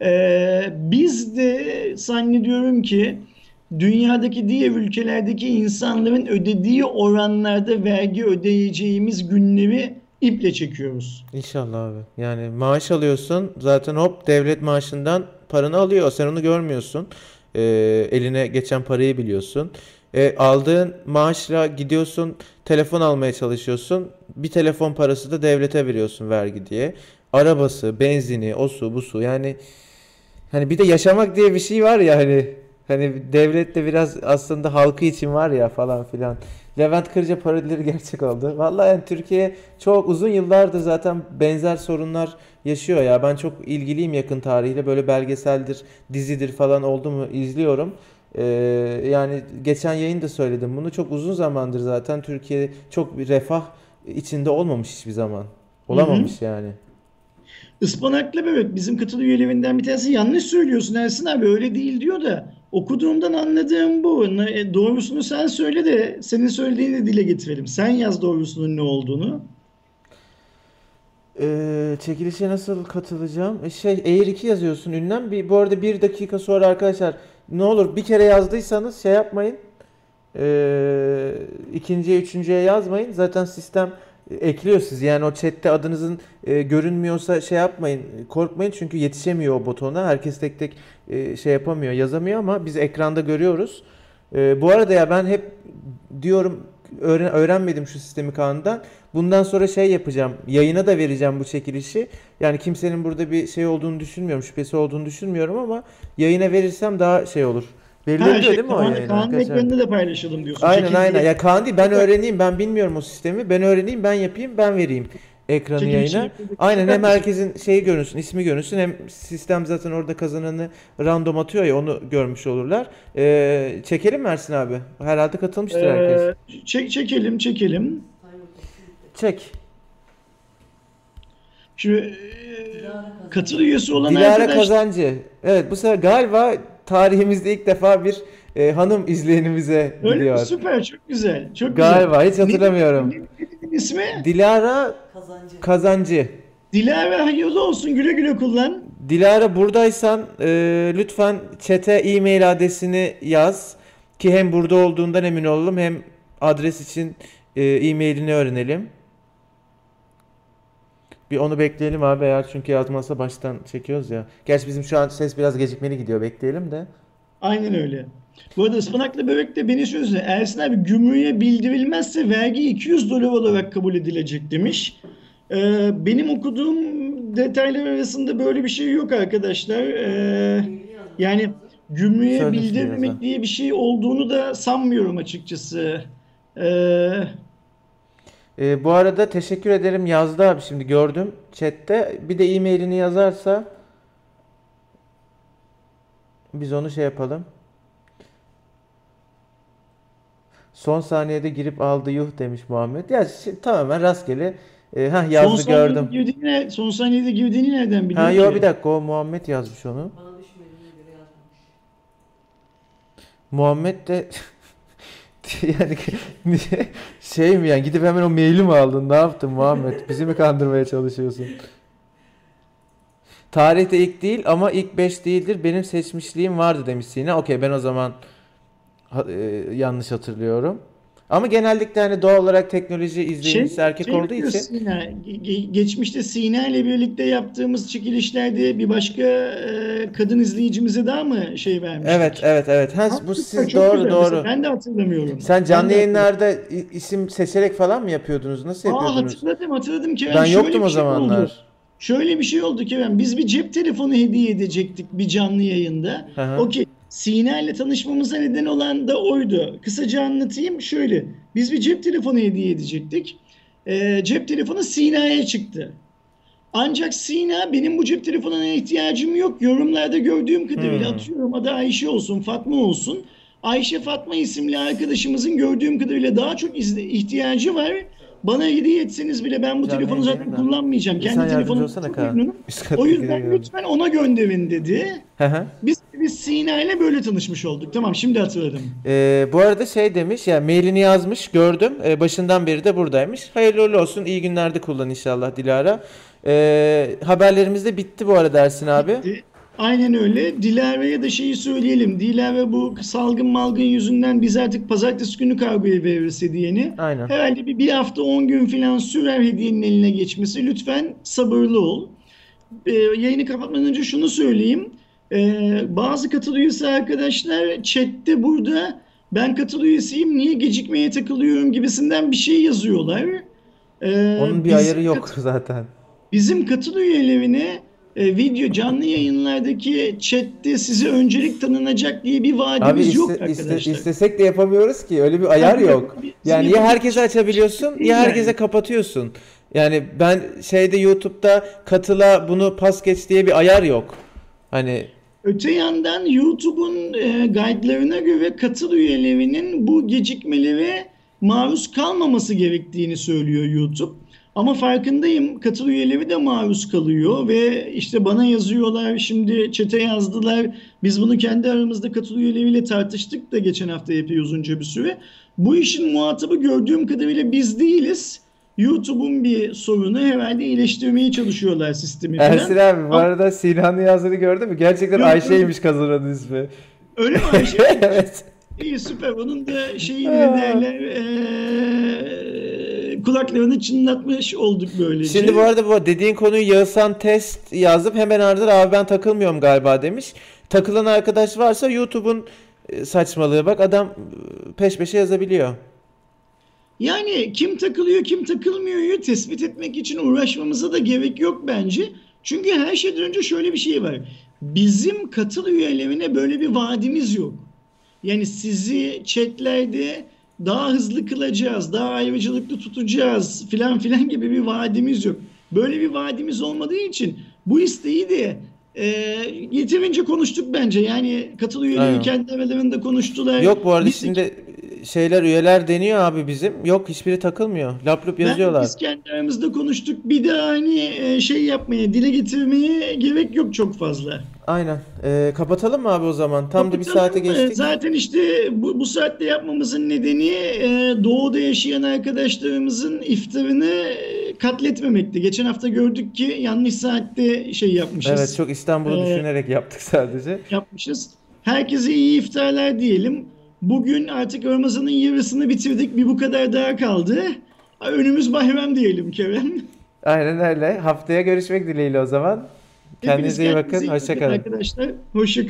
Biz de zannediyorum ki dünyadaki diğer ülkelerdeki insanların ödediği oranlarda vergi ödeyeceğimiz günleri iple çekiyoruz. İnşallah abi. Yani maaş alıyorsun zaten hop devlet maaşından paranı alıyor. Sen onu görmüyorsun. Ee, Eline geçen parayı biliyorsun. Aldığın maaşla gidiyorsun telefon almaya çalışıyorsun. Bir telefon parası da devlete veriyorsun vergi diye. Arabası, benzini, o su, bu su. Yani hani bir de yaşamak diye bir şey var ya hani devlet de biraz aslında halkı için var ya falan filan. Levent Kırca parodileri gerçek oldu. Vallahi yani Türkiye çok uzun yıllardır zaten benzer sorunlar yaşıyor ya. Ben çok ilgiliyim yakın tarihle. Böyle belgeseldir, dizidir falan oldu mu izliyorum. Ee, Yani geçen yayında söyledim bunu. Çok uzun zamandır zaten Türkiye çok bir refah içinde olmamış hiçbir zaman. Hı hı. Olamamış yani. Ispanaklı bebek bizim katıl üyelerinden bir tanesi yanlış söylüyorsun Ersin abi öyle değil diyor da okuduğumdan anladığım bu. Doğrusunu sen söyle de senin söylediğini de dile getirelim. Sen yaz doğrusunun ne olduğunu. Çekilişe nasıl katılacağım? Eğer 2 yazıyorsun ünlem. Bu arada 1 dakika sonra arkadaşlar ne olur bir kere yazdıysanız şey yapmayın. İkinciye, üçüncüye yazmayın. Zaten sistem ekliyor sizi. Yani o chatte adınızın görünmüyorsa şey yapmayın. Korkmayın çünkü yetişemiyor o butona. Herkes tek tek şey yapamıyor, yazamıyor ama biz ekranda görüyoruz. Bu arada ya ben hep diyorum öğrenmedim şu sistemi kanundan. Bundan sonra şey yapacağım. Yayına da vereceğim bu çekilişi. Yani kimsenin burada bir şey olduğunu düşünmüyorum, şüphesi olduğunu düşünmüyorum ama yayına verirsem daha şey olur. Ha Verilebiliyor şey değil mi o yayına Kaan'ın arkadaşlar? ekranında da paylaşalım diyorsun. Aynen Çekil aynen. diye. Ya Kaan değil ben öğreneyim. Ben bilmiyorum o sistemi. Ben öğreneyim, ben yapayım, ben vereyim ekranı Çekilişi yayına. yapıyorduk. Aynen hem Süper. herkesin şeyi görünsün, ismi görünsün hem sistem zaten orada kazananı random atıyor ya onu görmüş olurlar. Çekelim mi Ersin abi? Herhalde katılmıştır herkes. Çekelim. Timer kapısı gitti. Çek. Şimdi Dilara katıl kazandı. üyesi olan Dilara arkadaş Kazancı. Evet bu sefer galiba tarihimizde ilk defa bir hanım izleyenimize öyle mi? gidiyor. Süper, çok güzel. Çok güzel. Galiba hiç hatırlamıyorum. Ne dedin ismi? Dilara Kazancı. Kazancı. Dilara hayırlı olsun. Güle güle kullan. Dilara buradaysan lütfen chat'e e-mail adresini yaz ki hem burada olduğundan emin olalım hem adres için e-mailini öğrenelim. Bir onu bekleyelim abi eğer çünkü yazmazsa baştan çekiyoruz ya. Gerçi bizim şu an ses biraz gecikmeli gidiyor bekleyelim de. Aynen öyle. Bu arada ıspanaklı börek de beni sözle. Ersin abi gümrüğe bildirilmezse vergi $200 olarak kabul edilecek demiş. Benim okuduğum detaylar arasında böyle bir şey yok arkadaşlar. Maili yazması Yani lazım. gümrüğe Söylesin biraz ha. bildirmemek diye bir şey olduğunu da sanmıyorum açıkçası. Ee, Bu arada teşekkür ederim yazdı abi şimdi gördüm chatte. Bir de e-mailini yazarsa biz onu şey yapalım. Son saniyede girip aldı yuh demiş Muhammed. Ya tamamen rastgele. Yazdı gördüm. son saniyede girdiğini nereden Ha biliyor yo bir ki? dakika o Muhammed yazmış onu. Bana düşmediğine göre yazmamış. Muhammed de yani niye şey mi yani gidip hemen o maili mi aldın? Ne yaptın Muhammed? Bizi mi kandırmaya çalışıyorsun? Tarihte ilk değil ama ilk 5 değildir. Benim seçmişliğim vardı demiş Sina. Okey ben o zaman yanlış hatırlıyorum. Ama genellikle hani doğal olarak teknoloji izleyicisi erkek Şey olduğu için. biliyorsun ya, geçmişte Sina ile birlikte yaptığımız çekilişlerde bir başka kadın izleyicimize daha mı şey vermiştik? Evet. Ha, bu Hakikaten siz çok doğru güzel. Mesela doğru. ben de hatırlamıyorum. Sen Ben canlı de hatırlamıyorum. yayınlarda isim seçerek falan mı yapıyordunuz? Nasıl yapıyordunuz? Hatırladım Ben Kerem. yoktum Şöyle o bir şey oldu. zamanlar. Şöyle bir şey oldu Kerem. Biz bir cep telefonu hediye edecektik bir canlı yayında. Hı hı. Okey. Sina ile tanışmamıza neden olan da oydu. Kısaca anlatayım. Şöyle. Biz bir cep telefonu hediye edecektik. Cep telefonu Sina'ya çıktı. Ancak Sina benim bu cep telefonuna ihtiyacım yok. Yorumlarda gördüğüm kadarıyla Hmm. atıyorum adı Ayşe olsun, Fatma olsun. Ayşe Fatma isimli arkadaşımızın gördüğüm kadarıyla daha çok ihtiyacı var. Bana hediye etseniz bile ben bu Canlı telefonu yayın zaten benim de. kullanmayacağım. Bir sen Kendi yardımcı telefonum olsana çok Kaan. memnunum. Üst O kattaki yüzden geldi. lütfen ona gönderin dedi. Hı hı. Biz Sina ile böyle tanışmış olduk. Tamam, şimdi hatırladım. Bu arada şey demiş ya, mailini yazmış gördüm. Başından beri de buradaymış. Hayırlı uğurlu olsun. İyi günlerde kullan inşallah Dilara. Haberlerimiz de bitti bu arada Ersin abi. Aynen öyle. Dilara'ya da şeyi söyleyelim. Dilara bu salgın malgın yüzünden biz artık pazartesi günü kargoya veririz hediyeni. Aynen. Herhalde bir hafta 10 gün falan sürer hediyenin eline geçmesi. Lütfen sabırlı ol. Yayını kapatmadan önce şunu söyleyeyim. Bazı katıl üyesi arkadaşlar chatte burada ben katıl üyesiyim niye gecikmeye takılıyorum gibisinden bir şey yazıyorlar. Onun bir ayarı yok zaten. Bizim katıl üyelerine video canlı yayınlardaki chatte size öncelik tanınacak diye bir Abi vaadimiz yok arkadaşlar. istesek de yapamıyoruz ki. Öyle bir ayar yok. Yani ya herkese açabiliyorsun ya herkese kapatıyorsun. Yani ben şeyde YouTube'da katıla bunu pas geç diye bir ayar yok. Hani Öte yandan YouTube'un guide'larına göre katıl üyelerinin bu gecikmelere maruz kalmaması gerektiğini söylüyor YouTube. Ama farkındayım, katıl üyeleri de maruz kalıyor ve işte bana yazıyorlar, şimdi chat'e yazdılar. Biz bunu kendi aramızda katıl üyeleriyle tartıştık da geçen hafta epey uzunca bir süre. Bu işin muhatabı gördüğüm kadarıyla biz değiliz. YouTube'un bir sorunu, herhalde iyileştirmeye çalışıyorlar sistemi Ersin falan. abi bu arada Sinan'ın yazdığını gördün mü? Gerçekten Yok, Ayşe'ymiş kazanan ismi. Öyle mi Ayşe? Evet. İyi, süper. Onun da şeyi ne derler, kulaklarını çınlatmış olduk böylece. Şimdi bu arada bu dediğin konuyu Yağızhan test yazıp hemen ardından abi ben takılmıyorum galiba demiş. Takılan arkadaş varsa YouTube'un saçmalığı, bak adam peş peşe yazabiliyor. Yani kim takılıyor kim takılmıyor'yu tespit etmek için uğraşmamıza da gerek yok bence. Çünkü her şeyden önce şöyle bir şey var. Bizim katıl üyelerine böyle bir vaadimiz yok. Yani sizi chatlerde daha hızlı kılacağız, daha ayrıcalıklı tutacağız filan filan gibi bir vaadimiz yok. Böyle bir vaadimiz olmadığı için bu isteği de yeterince konuştuk bence. Yani katıl üyeleri Aynen. kendi aralarında konuştular. Yok bu arada Biz de şimdi üyeler deniyor abi bizim. Yok hiçbiri takılmıyor. Lap lup yazıyorlar. Biz kendi aramızda konuştuk. Bir de hani şey yapmaya, dile getirmeye gerek yok çok fazla. Aynen. Kapatalım mı abi o zaman? Tam da bir Kapatalım. saate geçtik. Zaten işte bu saatte yapmamızın nedeni doğuda yaşayan arkadaşlarımızın iftarını katletmemekti. Geçen hafta gördük ki yanlış saatte şey yapmışız. Evet, çok İstanbul'u Ee, düşünerek yaptık sadece. yapmışız. Herkese iyi iftarlar diyelim. Bugün artık Ramazan'ın yarısını bitirdik. Bir bu kadar daha kaldı. Önümüz bayram diyelim Kerem. Aynen öyle. Haftaya görüşmek dileğiyle o zaman. Hepiniz Kendinize iyi bakın. kendinize iyi Hoşça bakın kalın. arkadaşlar. Hoşça kalın.